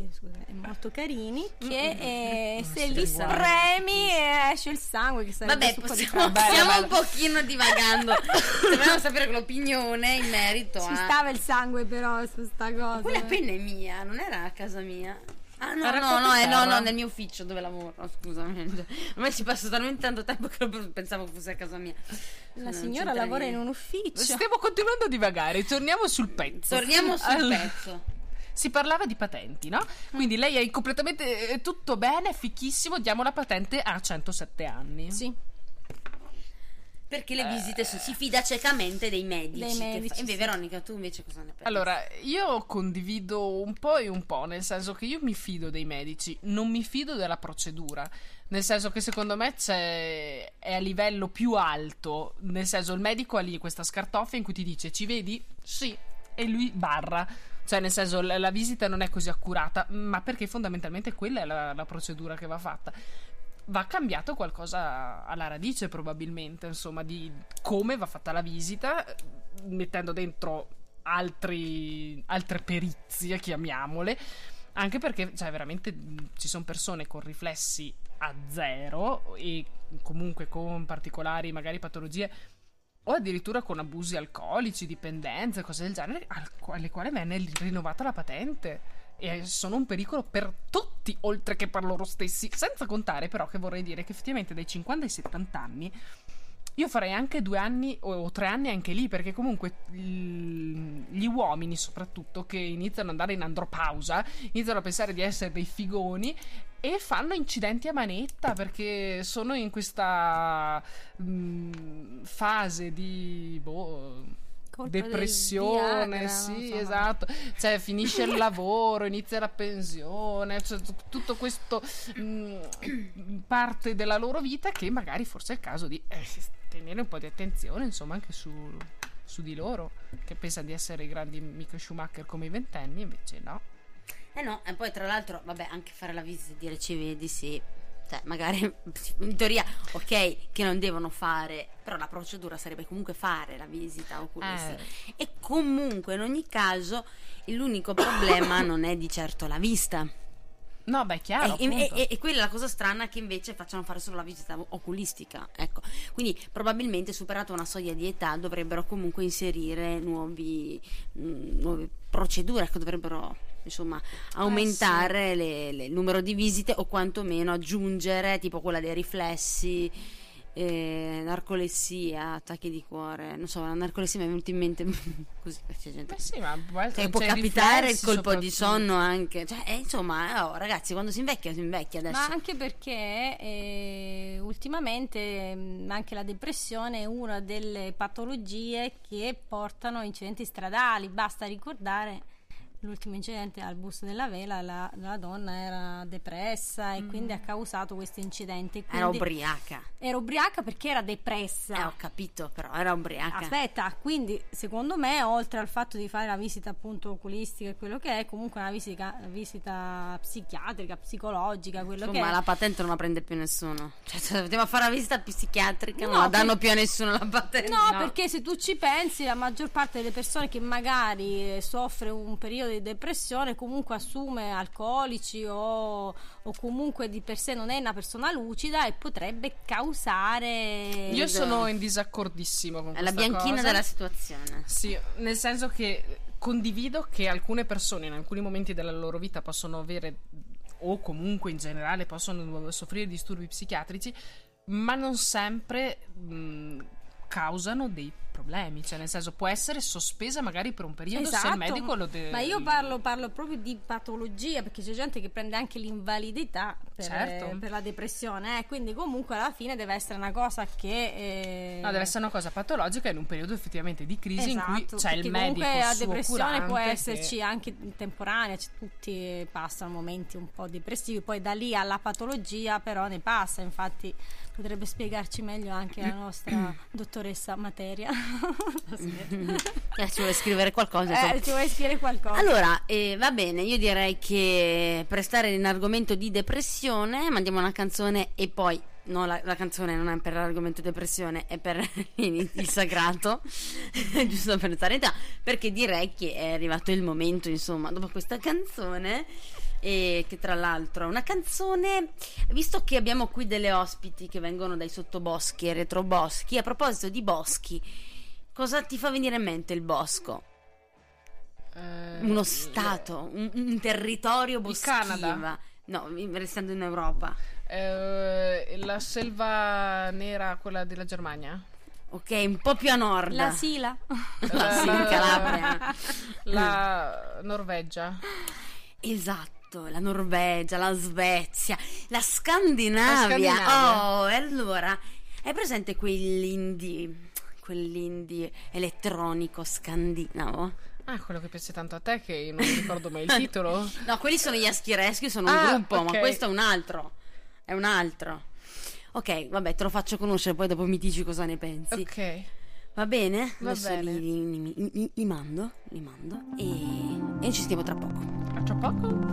Molto carini. Che se li spremi esce il sangue. Che vabbè, stiamo un pochino divagando. Dobbiamo sapere che l'opinione in merito ci stava il sangue, però su sta cosa. Quella penna è mia, non era a casa mia. Ah no, nel mio ufficio dove lavoro, scusami. Ormai ci passo talmente tanto tempo che pensavo fosse a casa mia. La signora lavora in un ufficio. Stiamo continuando a divagare, torniamo sul pezzo. Pezzo. Si parlava di patenti, no? Quindi lei è completamente tutto bene, fichissimo, diamo la patente a 107 anni. Sì. Perché le visite si fida ciecamente dei medici. Sì. Veronica, tu invece cosa ne pensi? Allora, io condivido un po' e un po', nel senso che io mi fido dei medici, non mi fido della procedura. Nel senso che secondo me è a livello più alto. Nel senso, il medico ha lì questa scartoffia in cui ti dice: ci vedi? Sì. E lui barra. Cioè, nel senso, la visita non è così accurata, ma perché fondamentalmente quella è la procedura che va fatta. Va cambiato qualcosa alla radice, probabilmente, insomma, di come va fatta la visita, mettendo dentro altre perizie, chiamiamole, anche perché, cioè, veramente ci sono persone con riflessi a zero e comunque con particolari, magari, patologie o addirittura con abusi alcolici, dipendenze, cose del genere, alle quali venne rinnovata la patente. E sono un pericolo per tutti, oltre che per loro stessi. Senza contare, però, che vorrei dire che effettivamente dai 50 ai 70 anni io farei anche 2 anni o 3 anni anche lì, perché comunque gli uomini, soprattutto, che iniziano ad andare in andropausa, iniziano a pensare di essere dei figoni e fanno incidenti a manetta, perché sono in questa fase di colpa del depressione, Viagra, sì, non so, esatto. Cioè, finisce il lavoro, inizia la pensione, cioè, tutto questo parte della loro vita che magari forse è il caso di tenere un po' di attenzione, insomma, anche su di loro, che pensano di essere i grandi Mick Schumacher come i ventenni, invece no. No, e poi tra l'altro, vabbè, anche fare la visita e dire ci vedi, sì. Cioè, magari in teoria, ok, che non devono fare, però la procedura sarebbe comunque fare la visita oculistica. E comunque, in ogni caso, l'unico problema non è di certo la vista. No, beh, chiaro. E quella è la cosa strana, che invece facciano fare solo la visita oculistica, ecco. Quindi probabilmente, superata una soglia di età, dovrebbero comunque inserire nuove procedure, ecco, dovrebbero insomma aumentare il numero di visite, o quantomeno aggiungere tipo quella dei riflessi, narcolessia, attacchi di cuore, non so, la narcolessia mi è venuta in mente così, c'è gente sì, ma che può capitare il colpo di sonno anche, cioè, insomma, ragazzi, quando si invecchia adesso. Ma anche perché ultimamente anche la depressione è una delle patologie che portano a incidenti stradali. Basta ricordare l'ultimo incidente al Busto della Vela, la donna era depressa e quindi ha causato questo incidente. Era ubriaca. Era ubriaca perché era depressa. Ho capito, però era ubriaca. Aspetta, quindi secondo me, oltre al fatto di fare la visita appunto oculistica e quello che è, comunque una visita psichiatrica, psicologica, quello insomma, che è. Ma la patente non la prende più nessuno. Cioè, se andiamo a fare la visita psichiatrica, No, non la danno più a nessuno la patente. No, perché se tu ci pensi, la maggior parte delle persone che magari soffre un periodo di depressione comunque assume alcolici o comunque di per sé non è una persona lucida e potrebbe causare. Io sono in disaccordissimo con questa la bianchina cosa. della situazione. Sì, nel senso che condivido che alcune persone in alcuni momenti della loro vita possono avere, o comunque in generale possono soffrire di disturbi psichiatrici, ma non sempre causano dei problemi, cioè nel senso può essere sospesa magari per un periodo, se il medico lo deve. Ma io parlo proprio di patologia, perché c'è gente che prende anche l'invalidità per la depressione, quindi comunque alla fine deve essere una cosa che no, deve essere una cosa patologica in un periodo effettivamente di crisi, in cui c'è il medico comunque la suo depressione può curante esserci anche temporanea, tutti passano momenti un po' depressivi, poi da lì alla patologia però ne passa. Infatti potrebbe spiegarci meglio anche la nostra dottoressa Materia. Ci vuole scrivere qualcosa, ci vuole scrivere qualcosa. Allora, va bene, io direi che per stare in argomento di depressione mandiamo una canzone, e poi no, la canzone non è per l'argomento depressione, è per il sagrato giusto per stare in età, perché direi che è arrivato il momento, insomma, dopo questa canzone, e che tra l'altro è una canzone, visto che abbiamo qui delle ospiti che vengono dai sottoboschi e retroboschi, a proposito di boschi, cosa ti fa venire in mente il bosco? Uno stato, un territorio boschivo. Il Canada? No, restando in Europa. La selva nera, quella della Germania? Ok, un po' più a nord. La Sila. Sì, in Calabria. La Norvegia. Esatto, la Norvegia, la Svezia, la Scandinavia. Oh, e allora, hai presente quell'indie elettronico scandinavo? Ah, quello che piace tanto a te, che io non mi ricordo mai il titolo. No, quelli sono gli Aschi Rescue, sono un gruppo, okay. Ma questo è un altro. È un altro. Ok, vabbè, te lo faccio conoscere, poi dopo mi dici cosa ne pensi. Ok. Va bene? Va adesso bene. Li mando e ci stiamo tra poco. A tra poco?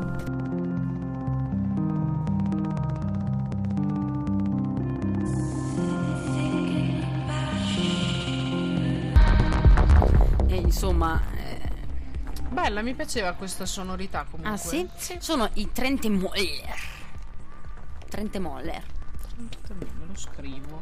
E insomma, bella, mi piaceva questa sonorità comunque. Ah sì? Sono i Trentemoller. Me lo scrivo.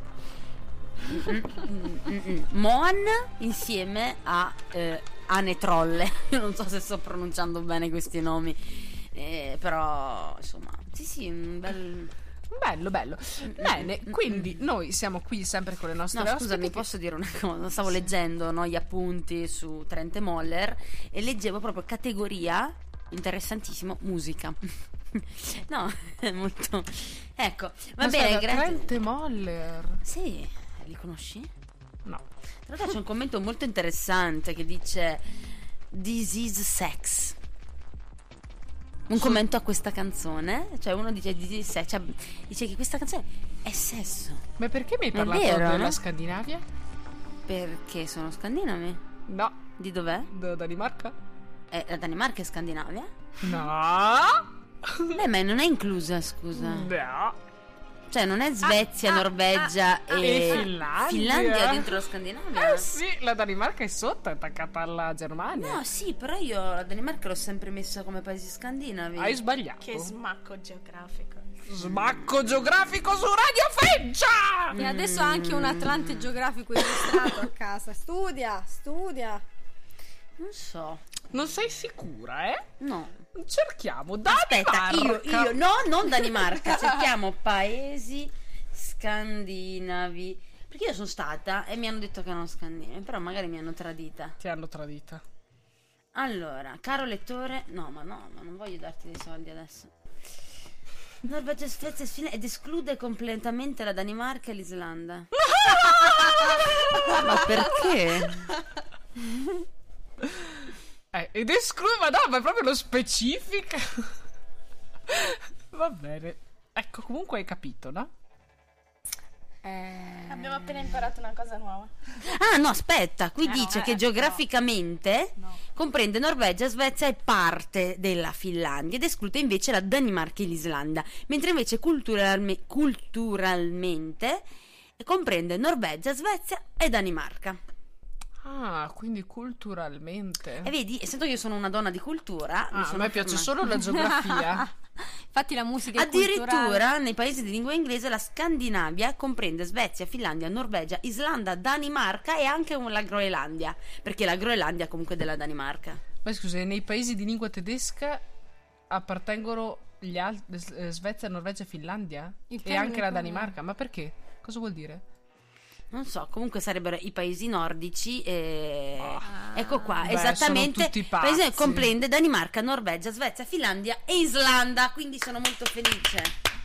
Moan insieme a Anetrolle. Io non so se sto pronunciando bene questi nomi, però insomma sì, un bel... Bello. Bene, quindi noi siamo qui sempre con le nostre No, scusami, ospiti. posso dire una cosa? Stavo leggendo, no, gli appunti su Trentemoller e leggevo proprio categoria, interessantissimo, musica. No, è molto... Ecco, va bene, grazie. Trentemoller. Sì, li conosci? No. Tra l'altro c'è un commento molto interessante che dice "This is sex". Un commento a questa canzone, cioè uno dice "This is sex", cioè dice che questa canzone è sesso. Ma perché mi hai Ma è parlato vero, della no? Scandinavia? Perché sono scandinavi? No. Di dov'è? Da Danimarca? La Danimarca è Scandinavia? No. Ma non è inclusa, scusa. No. Cioè non è Svezia, Norvegia e Finlandia dentro la Scandinavia? Sì, la Danimarca è sotto, è attaccata alla Germania. No, sì, però io la Danimarca l'ho sempre messa come paesi scandinavi. Hai sbagliato. Che smacco geografico. Smacco geografico su Radio Feccia! E adesso ha anche un Atlante geografico illustrato a casa. Studia. Non so. Non sei sicura, eh? No. Cerchiamo Aspetta, Danimarca. io no, non Danimarca. Cerchiamo paesi scandinavi. Perché io sono stata e mi hanno detto che erano scandinavi, però magari mi hanno tradita. Ti hanno tradita. Allora, caro lettore, no, ma non voglio darti dei soldi adesso. Norvegia, Svezia e Finlandia, ed esclude completamente la Danimarca e l'Islanda. Ma perché? Ed esclude, ma no, ma è proprio lo specifica. Va bene. Ecco, comunque hai capito, no? Abbiamo appena imparato una cosa nuova. Ah, no, aspetta, qui dice che geograficamente comprende Norvegia, Svezia e parte della Finlandia ed esclude invece la Danimarca e l'Islanda, mentre invece culturalmente comprende Norvegia, Svezia e Danimarca. Ah, quindi culturalmente. E vedi, essendo che io sono una donna di cultura, mi Ah, a sono me piace fermata. solo la geografia. Infatti la musica è culturale. Addirittura nei paesi di lingua inglese la Scandinavia comprende Svezia, Finlandia, Norvegia, Islanda, Danimarca e anche la Groenlandia, perché la Groenlandia comunque è della Danimarca. Ma scusa, nei paesi di lingua tedesca appartengono Svezia, Norvegia e Finlandia? Il E termine anche la comune. Danimarca? Ma perché? Cosa vuol dire? Non so, comunque sarebbero i paesi nordici e... Ecco qua, Beh, esattamente. sono tutti pazzi. Paese comprende Danimarca, Norvegia, Svezia, Finlandia e Islanda, quindi sono molto felice.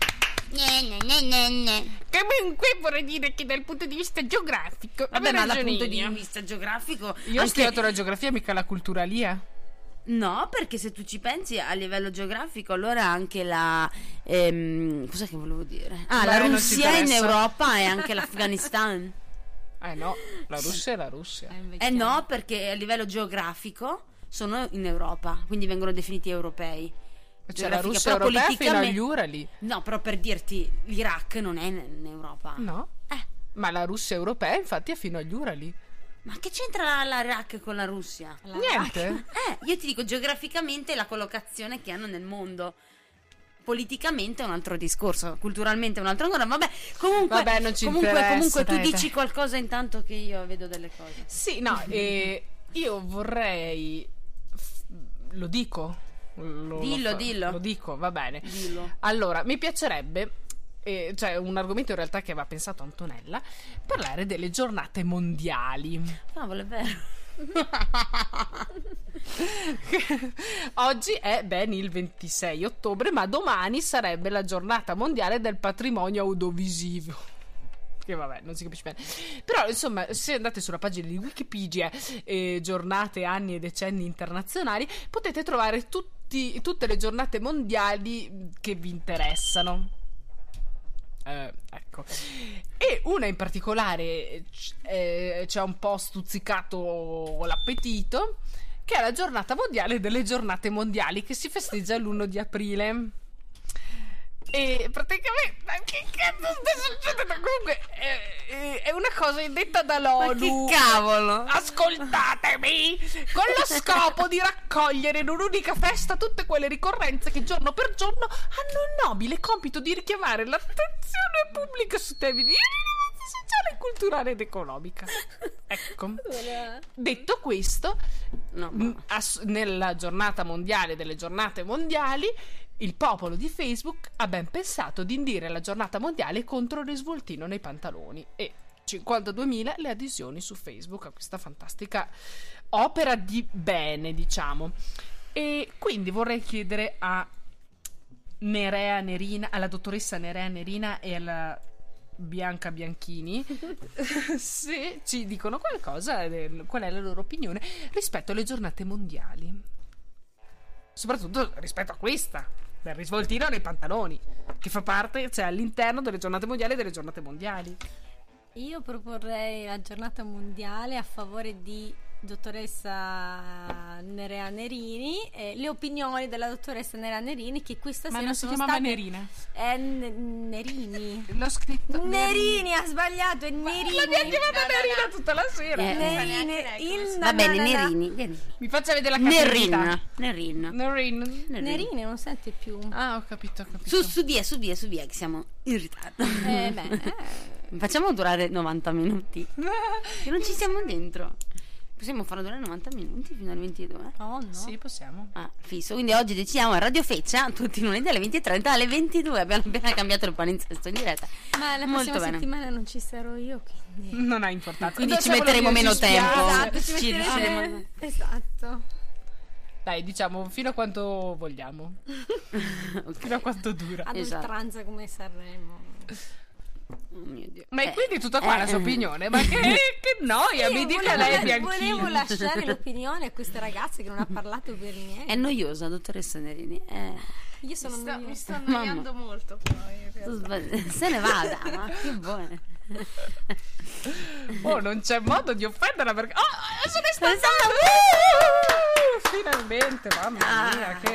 Comunque vorrei dire che dal punto di vista geografico Vabbè, ma dal punto di vista geografico Io ho studiato la geografia, mica la culturalia. No, perché se tu ci pensi a livello geografico, allora anche la cos'è che volevo dire? Ah, Beh, la non ci Russia in interessa. Europa e anche l'Afghanistan. No, la Russia è la Russia. No, perché a livello geografico sono in Europa, quindi vengono definiti europei. Cioè la Geografica, Russia però europea fino politicamente- agli Urali. No, però per dirti, l'Iraq non è in Europa. No? Ma la Russia europea infatti è fino agli Urali. Ma che c'entra l'Iraq con la Russia? Niente. Io ti dico geograficamente la collocazione che hanno nel mondo. Politicamente è un altro discorso, culturalmente è un altro ancora. Vabbè, comunque, Vabbè, non ci comunque interessa, tu dai, dici dai. qualcosa intanto che io vedo delle cose. Sì, no, io vorrei... Lo dico? Dillo. Lo dico, va bene. Dillo. Allora, mi piacerebbe, cioè un argomento in realtà che aveva pensato Antonella, parlare delle giornate mondiali. Cavolo, è vero. Oggi è ben il 26 ottobre, ma domani sarebbe la giornata mondiale del patrimonio audiovisivo. Che vabbè, non si capisce bene. Però insomma, se andate sulla pagina di Wikipedia, giornate, anni e decenni internazionali, potete trovare tutte le giornate mondiali che vi interessano. Ecco, e una in particolare ci ha un po' stuzzicato l'appetito, che è la giornata mondiale delle giornate mondiali, che si festeggia l'1 di aprile. E praticamente, ma che cazzo sta succedendo? Comunque è una cosa indetta dall'ONU. Ma che cavolo? Ascoltatemi! Con lo scopo di raccogliere in un'unica festa tutte quelle ricorrenze che giorno per giorno hanno il nobile compito di richiamare l'attenzione pubblica su temi di rilevanza sociale, culturale ed economica. Ecco. Detto questo, nella giornata mondiale delle giornate mondiali, il popolo di Facebook ha ben pensato di indire la giornata mondiale contro il svoltino nei pantaloni, e 52.000 le adesioni su Facebook a questa fantastica opera di bene, diciamo. E quindi vorrei chiedere a alla dottoressa Nerea Nerina e alla Bianca Bianchini se ci dicono qualcosa, qual è la loro opinione rispetto alle giornate mondiali, soprattutto rispetto a questa del risvoltino nei pantaloni, che fa parte, cioè all'interno delle giornate mondiali e delle giornate mondiali. Io proporrei la giornata mondiale a favore di dottoressa Nerea Nerini, le opinioni della dottoressa Nerea Nerini, che questa Ma sera non si sono chiamava state Nerina? Nerini. L'ho scritto Nerini, ha sbagliato, è Nerini. l'abbiamo chiamata Nerina tutta la sera. Va bene, Nerini. Mi faccia vedere la capacità. Nerin. Nerini non sente più. Ah, ho capito. Su via, che siamo in ritardo. Facciamo durare 90 minuti. Che non ci siamo dentro. Possiamo farlo durare 90 minuti fino alle 22? Oh no. Sì, possiamo. Fisso. Quindi oggi decidiamo a Radio Feccia, tutti i lunedì alle 20:30 alle 22. Abbiamo appena cambiato il palinsesto in diretta. Ma la Molto prossima bene. settimana non ci sarò io, quindi Non ha importanza. Quindi ci Diciamolo metteremo via, meno ci spiace. tempo. esatto, ci Ci metteremo- riusciremo. esatto. Dai, diciamo fino a quanto vogliamo. Fino a quanto dura. Ad Esatto. oltranza come Sanremo. Oh mio Dio. Ma è quindi tutta qua la sua opinione? Ma che noia, mi dica lei Bianchini. Volevo lasciare l'opinione a queste ragazze che non ha parlato per niente. È noiosa, dottoressa Nerini. Io sono Mi noiosa. sto annoiando molto poi, in realtà. Se ne vada, ma che buona. Oh, non c'è modo di offenderla perché... Oh, se ne sta finalmente, mamma mia, che...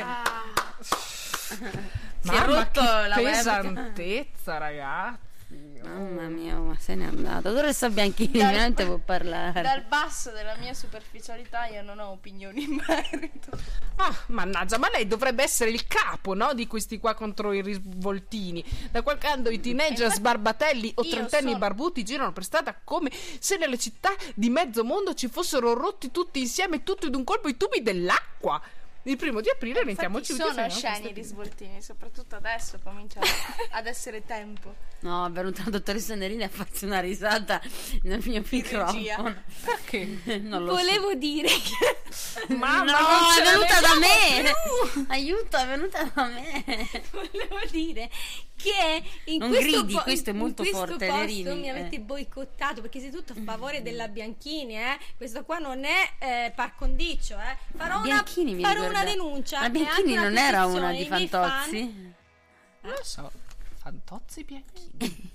Si è rotto che la webcam. pesantezza, ragazzi. Mamma mia, ma se n'è andata. Dottoressa Bianchini, veramente può parlare. Dal basso della mia superficialità io non ho opinioni in merito. Ah, mannaggia, ma lei dovrebbe essere il capo, no? Di questi qua contro i risvoltini. Da qualche anno i teenager sbarbatelli o io trentenni sono- barbuti girano per strada come se nelle città di mezzo mondo ci fossero rotti tutti insieme, tutti d'un colpo, i tubi dell'acqua. Il 1 aprile rentiamoci Infatti sono tutti sceni i risvoltini, soprattutto adesso comincia ad essere tempo. No, è venuta la dottoressa Nerini a farsi una risata nel mio microfono. Perché? Non lo Volevo dire che Mamma, No, non ce è la venuta da leggiamo me. Aiuto, è venuta da me. volevo dire che in Non questo gridi, questo è molto in questo forte, posto Nerini, mi avete boicottato perché sei tutto a favore della Bianchini, questo qua non è par condicio, farò Bianchini mi farò ricorda- una denuncia. Ma e Bianchini anche non era una petizione di ai miei fan. Fantozzi? Non lo so. Fantozzi Bianchini.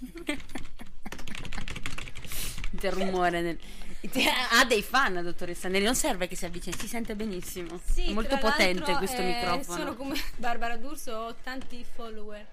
Del rumore ha dei fan, dottoressa Neri, non serve che si avvicini, si sente benissimo. Sì, è molto tra potente l'altro, questo microfono. sono come Barbara D'Urso, ho tanti follower.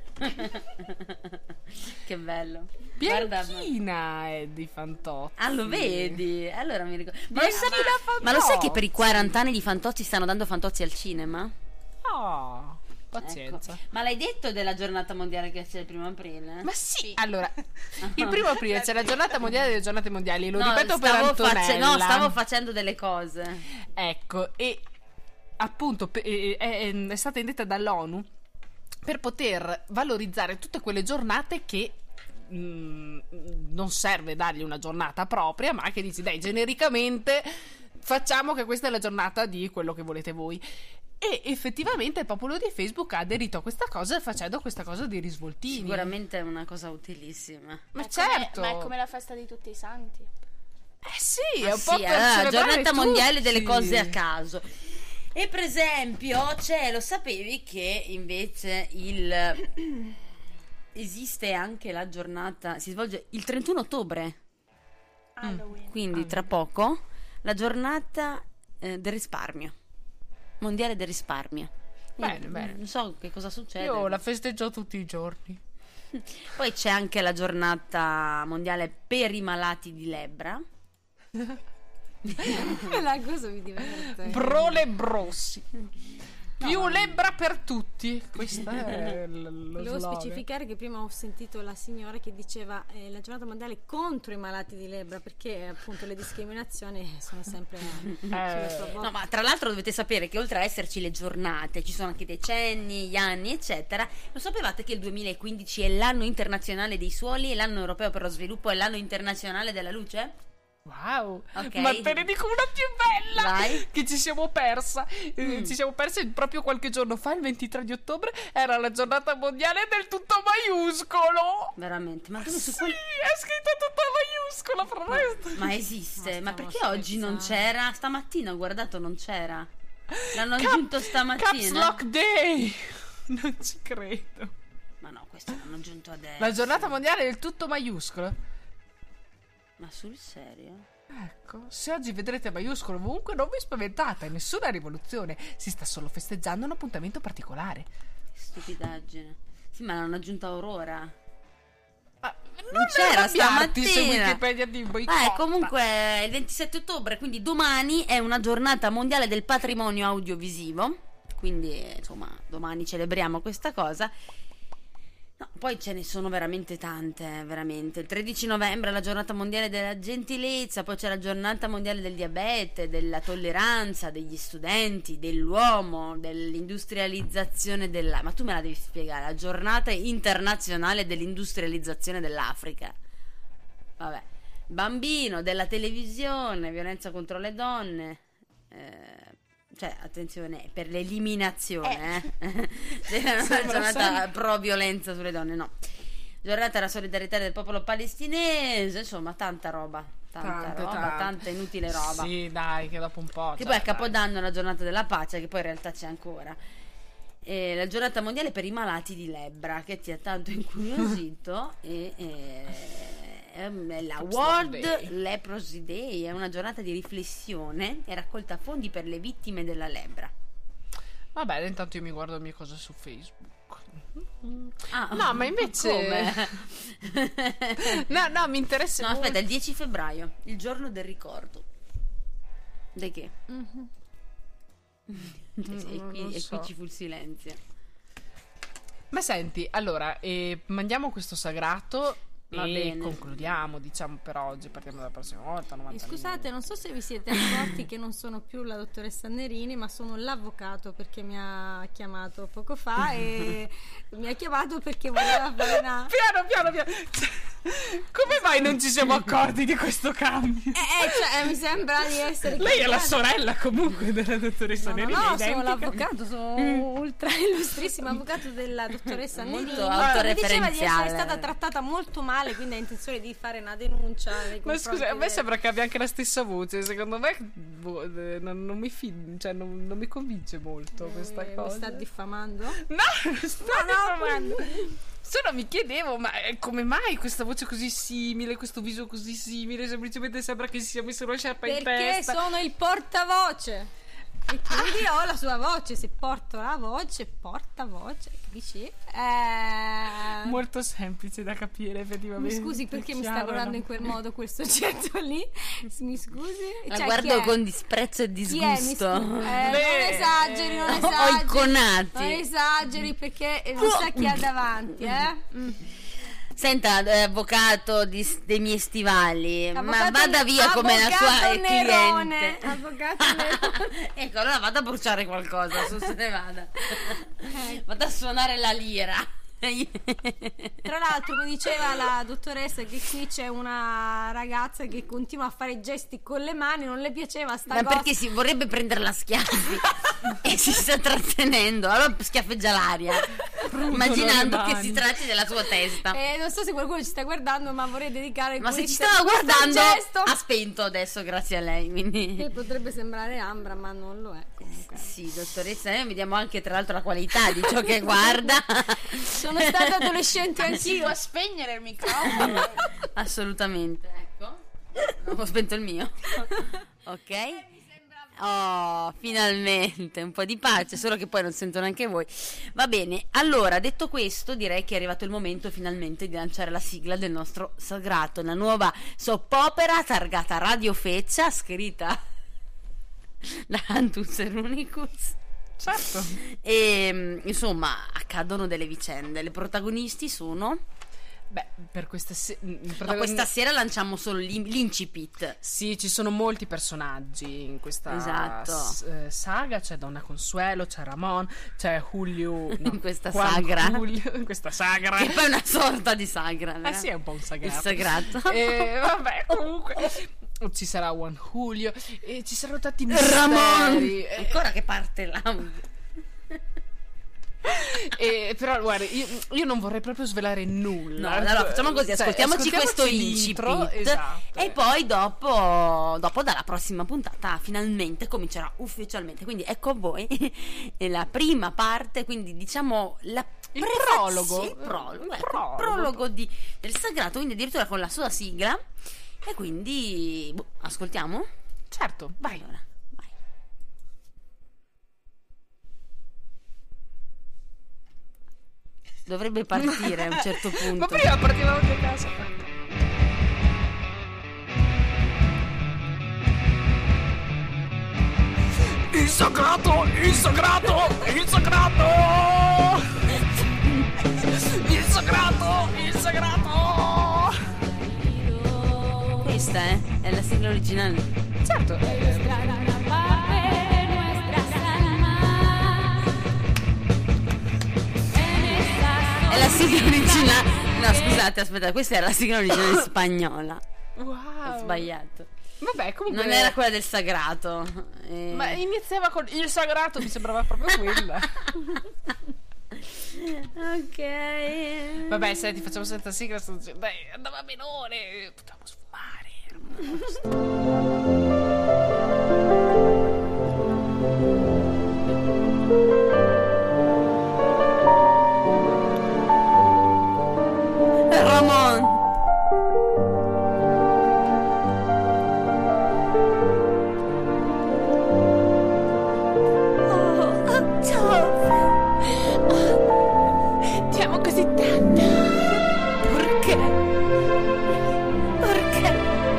Che bello. Guarda, Bianchina è di Fantozzi. lo vedi? Allora mi ricordo. Ma è Sabina Ma lo sai Fantozzi? che per i 40 anni di Fantozzi stanno dando Fantozzi al cinema? Oh, pazienza. Ecco. Ma l'hai detto della giornata mondiale che c'è il 1 aprile? Ma sì, allora, il 1 aprile c'è la giornata mondiale delle giornate mondiali, lo No, ripeto per stavo Antonella. stavo facendo delle cose. Ecco, e appunto è stata indetta dall'ONU per poter valorizzare tutte quelle giornate che non serve dargli una giornata propria, ma che dici, dai, genericamente facciamo che questa è la giornata di quello che volete voi. E effettivamente il popolo di Facebook ha aderito a questa cosa facendo questa cosa dei risvoltini. Sicuramente è una cosa utilissima. Ma È certo. ma è come la festa di tutti i santi. Sì, è Ah, un po' sì, per la celebrare giornata mondiale tutti. delle cose a caso. E per esempio, lo sapevi che invece esiste anche la giornata, si svolge il 31 ottobre, Halloween. quindi tra poco, la giornata del risparmio, mondiale del risparmio. Bene, bene. Non so che cosa succede. Io la festeggio tutti i giorni. Poi c'è anche la giornata mondiale per i malati di lebbra. La cosa mi diverte. Prole Brossi. Più lebbra per tutti. Questo è lo Volevo slogan. specificare che prima ho sentito la signora che diceva la giornata mondiale contro i malati di lebbra, perché appunto le discriminazioni sono sempre sulla sua bocca. No, ma tra l'altro dovete sapere che oltre a esserci le giornate, ci sono anche i decenni, gli anni, eccetera. Lo sapevate che il 2015 è l'anno internazionale dei suoli, è l'anno europeo per lo sviluppo, è l'anno internazionale della luce? Wow. Ok. Ma te ne dico una più bella. Vai. Che ci siamo persa. Ci siamo persi proprio qualche giorno fa, il 23 di ottobre, era la giornata mondiale del tutto mai maiuscolo. Veramente, ma tu Sì, su quel... è scritto tutta maiuscola, fra l'altro. Ma esiste, ma stavo perché oggi non scherzando. c'era? Stamattina ho guardato, non c'era. L'hanno aggiunto Caps stamattina. Lock Day. Non ci credo. Ma no, questo l'hanno aggiunto adesso. La giornata mondiale del tutto maiuscolo. Ma sul serio? Ecco, se oggi vedrete maiuscolo ovunque, non vi spaventate, è nessuna rivoluzione. Si sta solo festeggiando un appuntamento particolare. Che stupidaggine. Sì, ma l'hanno aggiunta Aurora. Ma Non c'era arrabbiarti se stamattina. Wikipedia ti boicotta. Comunque è il 27 ottobre, quindi domani è una giornata mondiale del patrimonio audiovisivo. Quindi, insomma, domani celebriamo questa cosa. No, poi ce ne sono veramente tante, veramente. Il 13 novembre è la giornata mondiale della gentilezza, poi c'è la giornata mondiale del diabete, della tolleranza, degli studenti, dell'uomo, dell'industrializzazione della... Ma tu me la devi spiegare, la giornata internazionale dell'industrializzazione dell'Africa. Vabbè, bambino, della televisione, violenza contro le donne... Cioè, attenzione, per l'eliminazione, Una giornata pro violenza sulle donne, no. Giornata della solidarietà del popolo palestinese, insomma, tanta roba. Tanta inutile roba. Sì, dai, che dopo un po'. Che cioè, poi a dai. Capodanno è la giornata della pace, che poi in realtà c'è ancora. E la giornata mondiale per i malati di lebbra, che ti ha tanto incuriosito. È la World Day. Leprosy Day, è una giornata di riflessione e raccolta fondi per le vittime della lebbra. Vabbè, intanto io mi guardo le mie cose su Facebook. Ah, No, ma invece... come? No, mi interessa No, molto. aspetta, il 10 febbraio, il giorno del ricordo. Di che? E qui ci fu il silenzio. Ma senti, allora, mandiamo questo sagrato Va e bene. concludiamo, diciamo, per oggi. Partiamo dalla prossima volta. 90 Scusate, non so se vi siete accorti che non sono più la dottoressa Nerini, ma sono l'avvocato, perché mi ha chiamato poco fa e mi ha chiamato perché voleva fare una... Piano. Come mai non ci siamo accorti di questo cambio? cioè, mi sembra di essere... Lei è la cambiata. sorella comunque della dottoressa Nerini. No, è sono identica. l'avvocato, sono ultra illustrissimo avvocato della dottoressa Molto Nerini. autoreferenziale. Mi diceva di essere stata trattata molto male, quindi ha intenzione di fare una denuncia nei Ma confronti scusa, a me del- sembra che abbia anche la stessa voce. Secondo me non mi cioè, non mi convince molto questa Mi cosa. sta diffamando? No, non sto diffamando. Solo mi chiedevo, ma come mai questa voce così simile, questo viso così simile? Semplicemente sembra che si sia messo una sciarpa in Perché testa. sono il portavoce. E quindi ho la sua voce. Se porto la voce, portavoce, capisci? Molto semplice da capire, Mi effettivamente. scusi, perché mi sta Chiaro, guardando no? in quel modo quel soggetto lì? Mi scusi? La Cioè, guardo chi è? con disprezzo e Chi è? disgusto. Non esageri, non Ho esageri. iconati. Non esageri perché non sa chi ha davanti, Senta, avvocato dei miei stivali, ma Avvocato- vada via come la sua avvocato Nerone, cliente. avvocato Nerone. Ecco, allora vada a bruciare qualcosa, su se ne vada. Vada a suonare la lira. Tra l'altro mi diceva la dottoressa che qui c'è una ragazza che continua a fare gesti con le mani, non le piaceva sta Ma cosa. perché si vorrebbe prenderla a schiaffi e si sta trattenendo, allora schiaffeggia l'aria, immaginando le che mani. si tratti della sua testa. Non so se qualcuno ci sta guardando, ma vorrei dedicare Ma se ci questo- stava questo guardando, gesto ha spento adesso grazie a lei, quindi... che potrebbe sembrare Ambra, ma non lo è comunque. Sì, dottoressa, noi vediamo anche tra l'altro la qualità di ciò che guarda. Sono stata adolescente Si anch'io. può spegnere il microfono? Assolutamente, ecco. Ho spento il mio. Ok? Oh, finalmente un po' di pace, solo che poi non sento neanche voi. Va bene, allora detto questo, direi che è arrivato il momento finalmente di lanciare la sigla del nostro sagrato, la nuova soap opera targata Radio Feccia, scritta da Antus Runicus. Certo. E insomma, accadono delle vicende. Le protagonisti sono. Beh, per questa Ma questa sera lanciamo solo l'incipit. Sì, ci sono molti personaggi in questa Esatto. saga. C'è Donna Consuelo, c'è Ramon, c'è Julio In questa Juan sagra. Julio, in questa sagra. Che poi è una sorta di sagra. Ah sì, è un po' un sagrato. Il sagrato. Vabbè, comunque ci sarà Juan Julio e ci saranno tanti misteri. Ramon. Ancora che parte l'audio. Però guarda, io non vorrei proprio svelare nulla. No, allora facciamo così, ascoltiamoci questo l'intro, incipit esatto. e poi dopo dalla prossima puntata finalmente comincerà ufficialmente. Quindi ecco a voi la prima parte, quindi diciamo il prologo del sagrato, quindi addirittura con la sua sigla. E quindi ascoltiamo? Certo, vai. Allora, vai. Dovrebbe partire a un certo punto. Ma prima partivamo di casa. Il sagrato! Il sagrato! Il sagrato! Il sagrato! Il sagrato! Questa è la sigla originale. Certo. È la sigla originale. No, scusate, aspetta, questa era la sigla originale spagnola. Wow. Ho sbagliato. Vabbè, comunque Non era quella del sagrato. Ma iniziava con il sagrato, mi sembrava proprio quella. Ok. Vabbè, senti, facciamo senza sigla. Dai, andava benone. Potevamo sfumare. Ramon. Ti amo così tanto. Perché? Perché?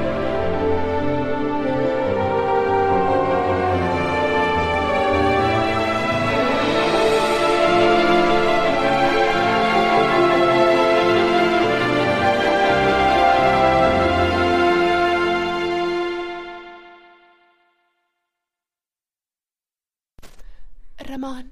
Ramon.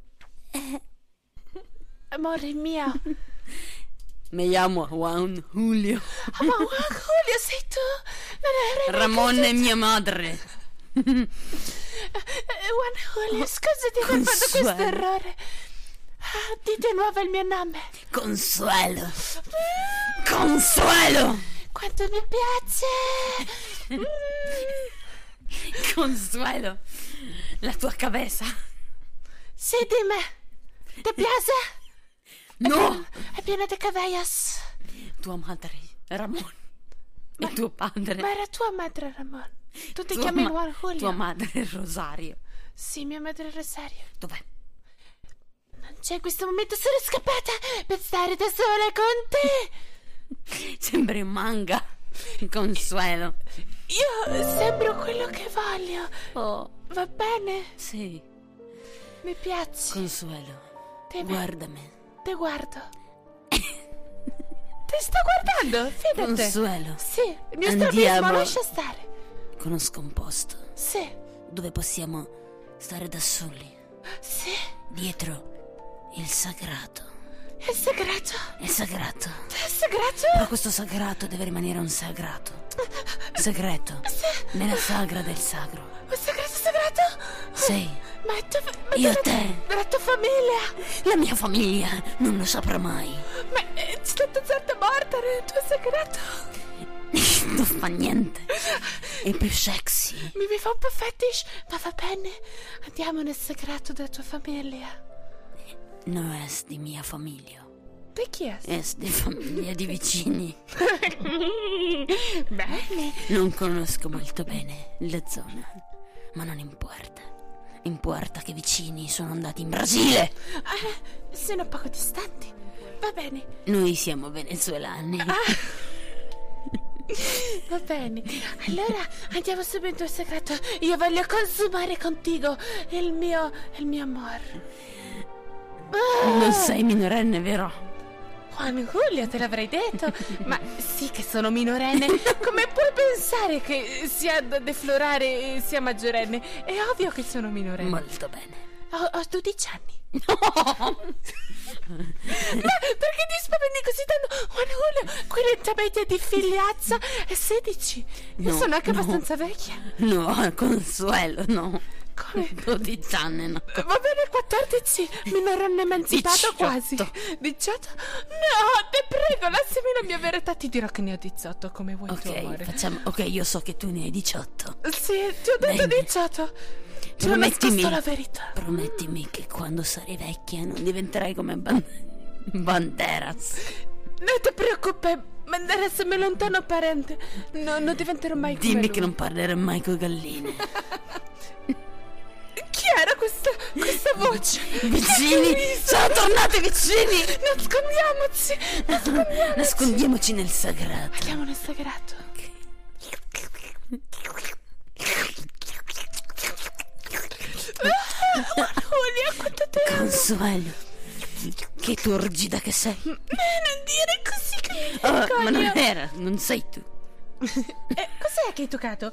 Amore mio. Mi chiamo Juan Julio. Ma Julio, sei tu? Non eri Ramon è mia madre. Juan Julio, scusa di aver fatto Consuelo. questo errore. Di di nuovo il mio nome. Consuelo. Consuelo. Quanto mi piace. Consuelo. La tua cabeza. Sì, dimmi. ¿Te piace? No. È piena di cabellos. Tua madre, Ramon. E tuo padre. Ma era tua madre, Ramon. Tu ti Tua chiami ma- Juan Julio. Tua madre, Rosario. Sì, mia madre è Rosario. Dov'è? Non c'è in questo momento, sono scappata per stare da sola con te. Sembri un manga. Consuelo. Io sembro quello che voglio. Oh, Va bene? sì. Mi piaci. Consuelo. Te Guardami. Te guardo. Ti sto guardando, fidate. Consuelo. Sì, il mio Andiamo. strabismo, lascia stare. Conosco un posto Sì, dove possiamo stare da soli. sì. Dietro il sagrato. È segreto. È sagrato. È segreto. Però questo sagrato deve rimanere un sagrato. Segreto. Nella sagra del sagro. Un segreto. Sì. Ma è tu, ma Io tu- e te. la tua famiglia. La mia famiglia non lo saprà mai. Ma c'è tanta gente morta nel tuo segreto. Non fa niente. È più sexy. Mi fa un po' fetish, ma va bene. Andiamo nel segreto della tua famiglia. Non è di mia famiglia. Di chi è? È di famiglia di vicini. Bene. Non conosco molto bene la zona, ma non importa. Importa che vicini sono andati in Brasile. Sono poco distanti. Va bene. Noi siamo venezuelani. Va bene. Allora andiamo subito al segreto. Io voglio consumare contigo il mio amore. Non sei minorenne, vero? Juan Julio, te l'avrei detto. Ma sì che sono minorenne. Come puoi pensare che sia da deflorare sia maggiorenne? È ovvio che sono minorenne. Molto bene. Ho 12 anni. No! Ma perché ti spaventi così tanto? Juan Julio, quell'età di figliazza è 16. Io No, sono anche no. abbastanza vecchia. No, Consuelo, no. Come? 12 anni, no? Va bene, 14, minorenne emancipato 18. quasi. 18? No, te prego, lasciami la mia verità. Ti dirò che ne ho 18, come vuoi tu, Ok, amore. ok, io so che tu ne hai 18. Sì, ti ho detto Bene. 18. Ti ho nascosto la verità. Promettimi che quando sarai vecchia non diventerai come Banderas. Non ti preoccupare, Banderas è mio lontano parente. No, non diventerò mai come Dimmi lui. che non parlerai mai con galline. Chi era questa voce? Vicini, sono tornati vicini. Nascondiamoci. Nascondiamoci nel sagrato. Chiamo nel sagrato. Giulia, quanto te amo. Consuelo, che turgida che sei. Non dire così che mi Oh, ma vergogno. non era, non sei tu. Cos'è che hai toccato?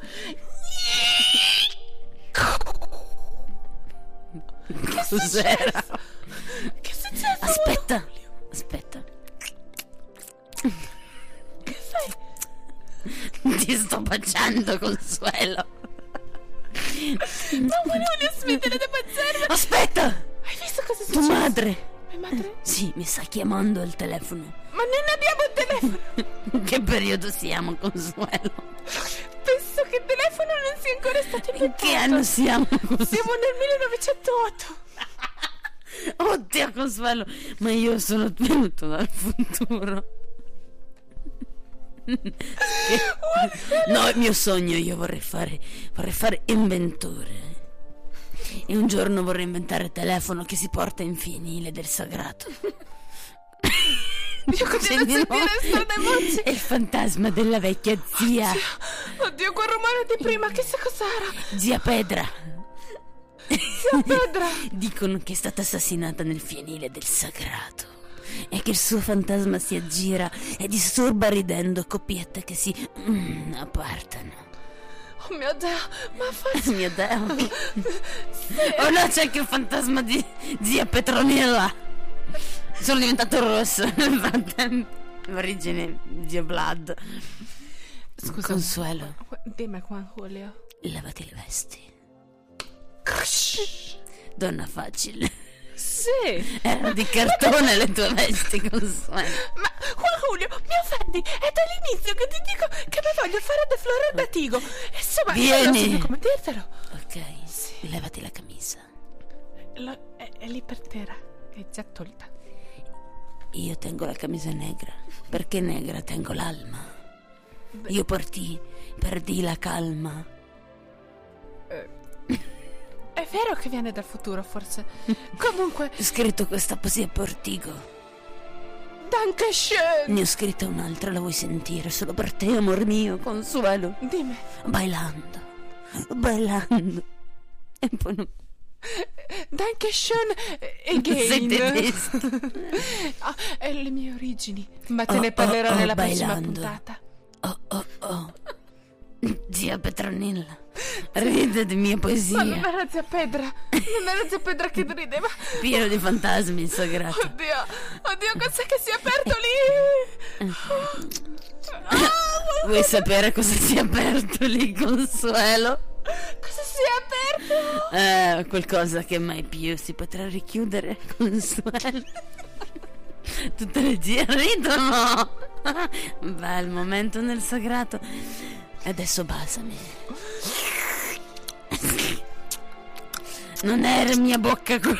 Cos'era? Che è successo? Aspetta. Che fai? Ti sto baciando, Consuelo. No, Giulia, smettila di baciarmi. Aspetta! Hai visto cosa è Tua successo? madre. Mia madre? Sì, mi sta chiamando al telefono. Ma non abbiamo il telefono. Che periodo siamo, Consuelo? Penso che il telefono non sia ancora stato In inventato. che anno siamo, Consuelo? Siamo nel 1908. Oddio, Consuelo, ma io sono venuto dal futuro. No, il mio sogno, io vorrei fare inventore. E un giorno vorrei inventare il telefono che si porta in fienile del sagrato. Io continuo a sentire strane voci. È il fantasma della vecchia zia. Oddio, quel rumore di prima, chissà cos'era. Zia Pedra. Zia Pedra. Dicono che è stata assassinata nel fienile del sagrato e che il suo fantasma si aggira e disturba ridendo coppiette che si appartano. Oh mio Dio, ma forse... Mio Dio. Oh no, c'è anche il fantasma di zia Petronella. Sono diventato rosso nel frattempo. Origine zia Blood. Scusa. Consuelo, Dimmi, Juan Julio. lavati le vesti. Donna facile. Sì. Erano di cartone le tue vesti, Consuelo. Ma Juan Julio, mi offendi. È dall'inizio che ti dico che mi voglio fare deflorare da Tigo. Insomma, io non so Vieni. più come dirtelo. Ok, levati la camicia. È lì per terra. È già tolta. Io tengo la camicia negra, perché negra tengo l'alma. Io perdi la calma. È vero che viene dal futuro, forse. Comunque, Ho scritto questa poesia per Tigo. Dankeschön. Ne ho scritta un'altra, la vuoi sentire? Solo per te, amor mio, Consuelo. Dimmi. Bailando. E poi non... Dankeschön again. Sei tedesco. Ah, è le mie origini. Ma te ne parlerò nella prossima bailando. puntata. Oh. Zia Petronella, ride di mia poesia. Ma non era zia Pedra. Non era zia Pedra che rideva. Pieno di fantasmi il sagrato. Oddio, cos'è che si è aperto lì? Vuoi sapere cosa si è aperto lì, Consuelo? Cosa si è aperto? Qualcosa che mai più si potrà richiudere, Consuelo. Tutte le zie ridono. Bel momento nel sagrato. Adesso basami. Non era mia bocca Oddio,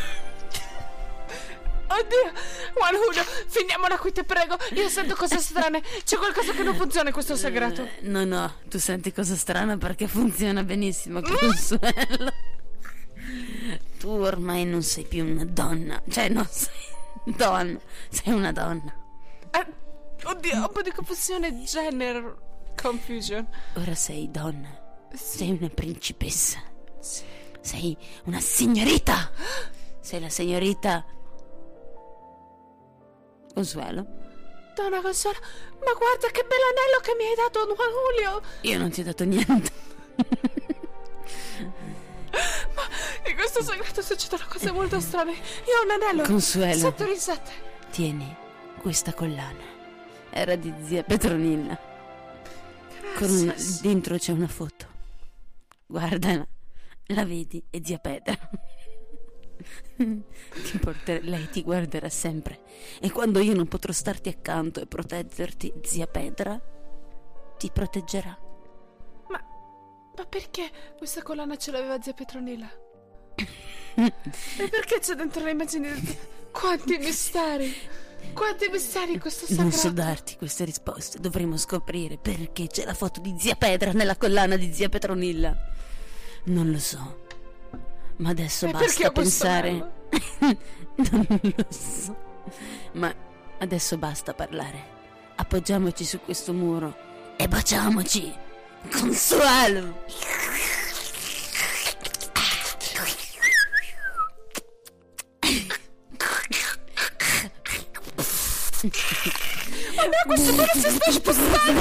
Juan Julio, finiamola qui, ti prego. Io sento cose strane. C'è qualcosa che non funziona in questo sagrato. No, tu senti cosa strana perché funziona benissimo, Consuelo. Tu ormai non sei più una donna. Cioè, non sei donna, sei una donna. Oddio, un po' di confusione, gender confusion. Ora sei donna. Sì. Sei una principessa. Sì. Sei una signorita. Sei la signorita Consuelo. Donna Consuelo, ma guarda che bell'anello che mi hai dato, Juan Julio. Io non ti ho dato niente. Ma in questo segreto succedono cose molto strane. Io ho un anello. Consuelo. 7 ore in 7. Tieni questa collana. Era di zia Petronilla. Dentro c'è una foto. Guardala. La vedi, è zia Petra. Lei ti guarderà sempre, e quando io non potrò starti accanto e proteggerti, zia Petra ti proteggerà. Ma perché questa collana ce l'aveva zia Petronilla? E perché c'è dentro le immagini di... Quanti misteri questo sagrato. Non so darti queste risposte. Dovremo scoprire perché c'è la foto di zia Petra nella collana di zia Petronilla. Non lo so, ma adesso basta pensare. Non lo so, ma adesso basta parlare. Appoggiamoci su questo muro e baciamoci. Consuelo. Oh no, questo muro si sta spostando.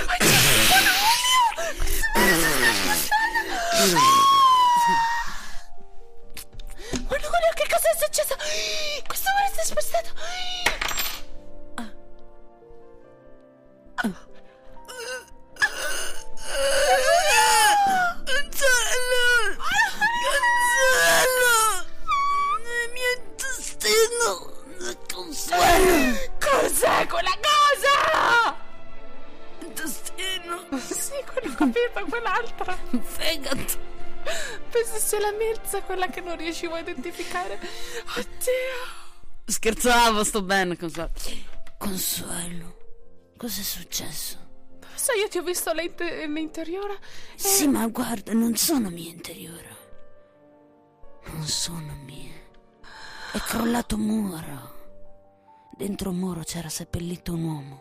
Oh no, che cosa è successo? Questo muro si è spostato. Cos'è quella cosa? Intestino. Sì, quello ho capito, quell'altra. Fegato. Penso sia la milza, quella che non riuscivo a identificare. Oddio. Scherzavo, sto bene. Consuelo, cos'è successo? Sai, io ti ho visto l'interiore. Sì, ma guarda, non sono mie interiore. Non sono mie. È crollato un muro. Dentro un muro c'era seppellito un uomo.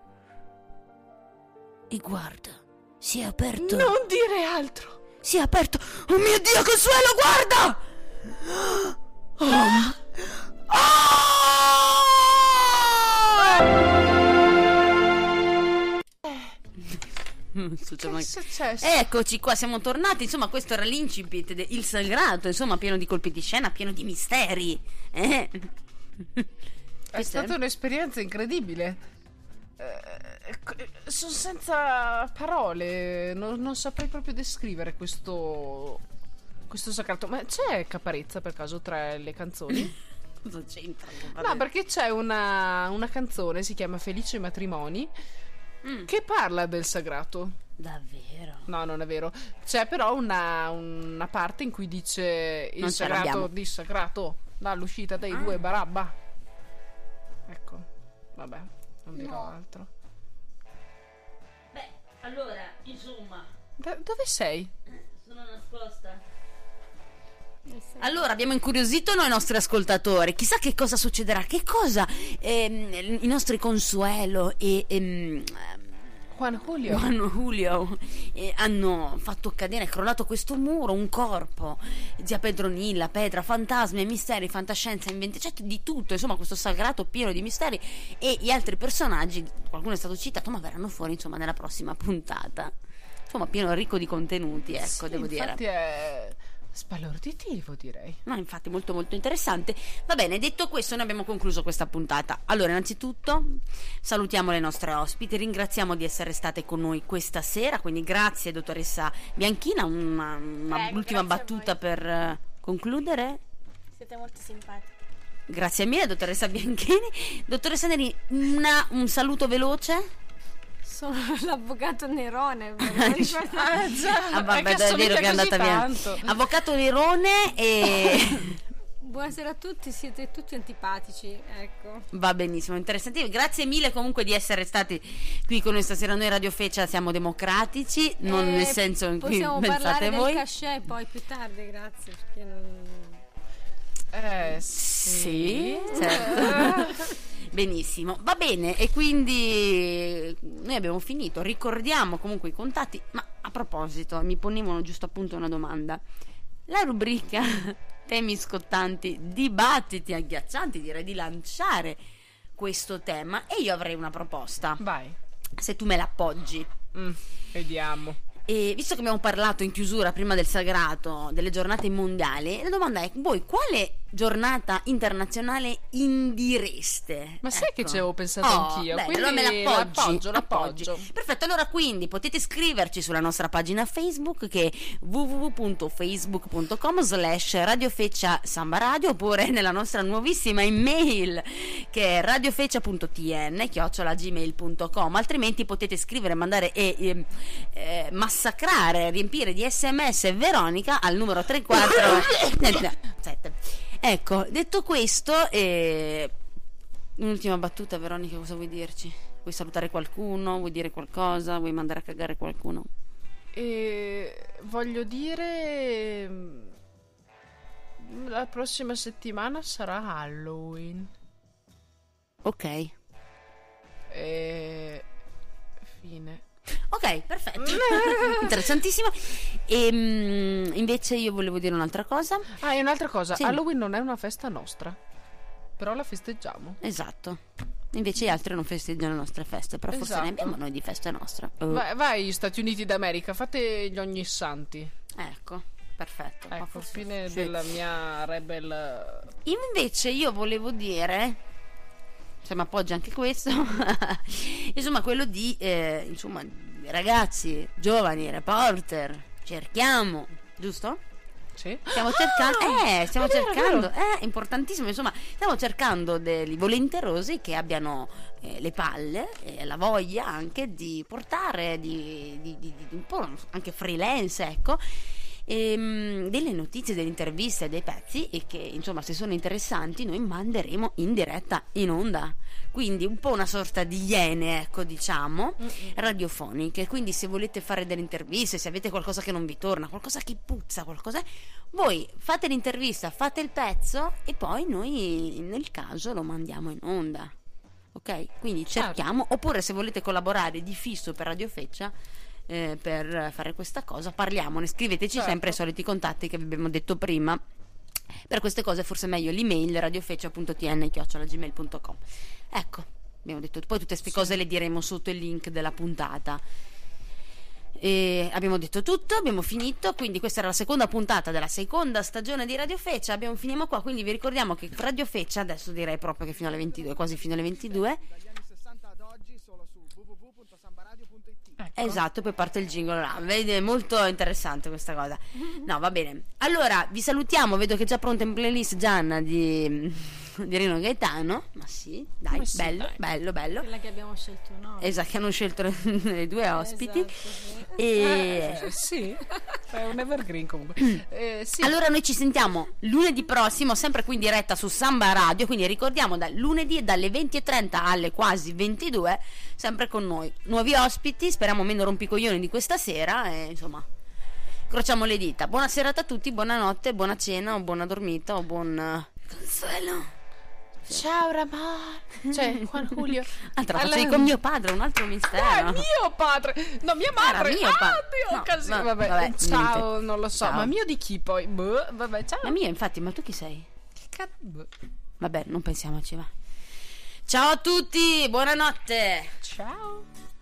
E guarda, si è aperto. Non dire altro. Si è aperto. Oh mio Dio, Consuelo, guarda! Che è successo? Eccoci qua, siamo tornati. Insomma, questo era l'incipit Il Sagrato. Insomma, pieno di colpi di scena, pieno di misteri. È stata un'esperienza incredibile. Sono senza parole. Non saprei proprio descrivere questo sagrato. Ma c'è Caparezza per caso tra le canzoni? Cosa c'entra? No, perché c'è una canzone, si chiama Felice Matrimoni, che parla del sagrato. Davvero? No, non è vero. C'è però una parte in cui dice il Non ce sagrato l'abbiamo. dissacrato dall'uscita dei due Barabba. Ecco, vabbè, non dirò altro. Beh, allora, insomma, Dove sei? sono nascosta. Allora, abbiamo incuriosito noi i nostri ascoltatori. Chissà che cosa succederà. Che cosa i nostri Consuelo e Juan Julio. Juan Julio hanno fatto cadere, è crollato questo muro, un corpo, zia Petronilla, Petra, fantasmi, misteri, fantascienza, c'è di tutto, insomma, questo sagrato pieno di misteri, e gli altri personaggi, qualcuno è stato citato, ma verranno fuori, insomma, nella prossima puntata. Insomma, pieno, ricco di contenuti, ecco, Sì, devo dire. infatti è sbalorditivo, direi. No, infatti molto molto interessante. Va bene, detto questo, noi abbiamo concluso questa puntata. Allora, innanzitutto salutiamo le nostre ospiti, ringraziamo di essere state con noi questa sera, quindi grazie dottoressa Bianchina, un'ultima grazie a battuta voi. per concludere. Siete molto simpatici. Grazie mille dottoressa Bianchini. Dottoressa Neri, un saluto veloce. Sono l'avvocato Nerone. Ah, vabbè, Perché è vero che è assomiglia andata così via. tanto. Avvocato Nerone e... Buonasera a tutti, siete tutti antipatici, ecco. Va benissimo, interessante. Grazie mille comunque di essere stati qui con noi stasera. Noi Radio Fecia siamo democratici, non nel senso in cui possiamo pensate parlare voi. del cachet poi più tardi, grazie, perché non... Sì, certo. Benissimo, va bene, e quindi noi abbiamo finito. Ricordiamo comunque i contatti, ma a proposito, mi ponevano giusto appunto una domanda. La rubrica temi scottanti, dibattiti agghiaccianti, direi di lanciare questo tema, e io avrei una proposta, Vai. se tu me la appoggi. Vediamo. E visto che abbiamo parlato in chiusura prima del sagrato delle giornate mondiali, la domanda è: voi quale giornata internazionale indireste. Ma sai che ci avevo pensato anch'io, bene, quindi allora me l'appoggio. l'appoggio. Perfetto, allora quindi potete iscriverci sulla nostra pagina Facebook, che è www.facebook.com/radiofeccia Samba Radio, oppure nella nostra nuovissima email che è radiofeccia.tn@gmail.com. Altrimenti potete scrivere, mandare e massacrare, riempire di SMS Veronica al numero 34 Ecco, detto questo, un'ultima battuta, Veronica, cosa vuoi dirci? Vuoi salutare qualcuno? Vuoi dire qualcosa? Vuoi mandare a cagare qualcuno? Voglio dire, la prossima settimana sarà Halloween. Ok. Fine. Ok, perfetto. Interessantissimo. E invece io volevo dire un'altra cosa. E un'altra cosa, Sì. Halloween non è una festa nostra, però la festeggiamo. Esatto. Invece gli altri non festeggiano le nostre feste, però forse ne abbiamo noi di feste nostre. Vai Stati Uniti d'America, fate gli ogni santi. Ecco, perfetto. Ma Ecco, forse- fine sì. della mia rebel. Invece io volevo dire, se mi appoggia anche questo, insomma, quello di insomma, ragazzi, giovani, reporter, cerchiamo, giusto? Sì. Stiamo cercando, stiamo è vero, cercando, è vero. è importantissimo, insomma, stiamo cercando dei volenterosi che abbiano le palle e la voglia anche di portare di un po' anche freelance, ecco, delle notizie, delle interviste, dei pezzi, e che insomma, se sono interessanti, noi manderemo in diretta in onda. Quindi un po' una sorta di iene, ecco, diciamo, radiofoniche. Quindi se volete fare delle interviste, se avete qualcosa che non vi torna, qualcosa che puzza, qualcosa, voi fate l'intervista, fate il pezzo e poi noi nel caso lo mandiamo in onda. Ok? Quindi cerchiamo, oppure se volete collaborare di fisso per Radio Feccia, per fare questa cosa, parliamone, scriveteci sempre ai soliti contatti che vi abbiamo detto prima. Per queste cose forse è meglio l'email radiofeccia.tn@gmail.com. Ecco, abbiamo detto, poi tutte queste cose le diremo sotto il link della puntata. E abbiamo detto tutto, abbiamo finito, quindi questa era la seconda puntata della seconda stagione di Radio Feccia. Finiamo qua, quindi vi ricordiamo che Radio Feccia, adesso direi proprio che fino alle 22, quasi fino alle 22. Dagli anni 60 ad oggi solo su www.sambaradio.it. Esatto, poi parte il jingle là. Vedi, è molto interessante questa cosa. No, va bene. Allora, vi salutiamo. Vedo che è già pronta in playlist Gianna di Rino Gaetano. Ma sì, dai, Ma sì, bello, dai. bello, bello. Quella che abbiamo scelto noi. Esatto, che hanno scelto le due ospiti. Esatto, sì. E Sì, è un evergreen comunque. Sì. allora noi ci sentiamo lunedì prossimo, sempre qui in diretta su Samba Radio. Quindi ricordiamo, dal lunedì dalle 20:30 alle quasi 22, sempre con noi. Nuovi ospiti, speriamo meno rompicoglioni di questa sera. E insomma, incrociamo le dita. Buona serata a tutti, buonanotte, buona cena o buona dormita o buon consuelo. Ciao Ramon. Cioè, Juan Julio. Altra facevi con mio padre, un altro mistero. Mio padre. No, mia madre. Era mio padre. Dio, No, casino. vabbè, Vabbè, ciao, niente. non lo so. Ciao. Ma mio di chi poi? Boh, vabbè, ciao. La mia, infatti, ma tu chi sei? Boh. Vabbè, non pensiamoci, va. Ciao a tutti, buonanotte. Ciao.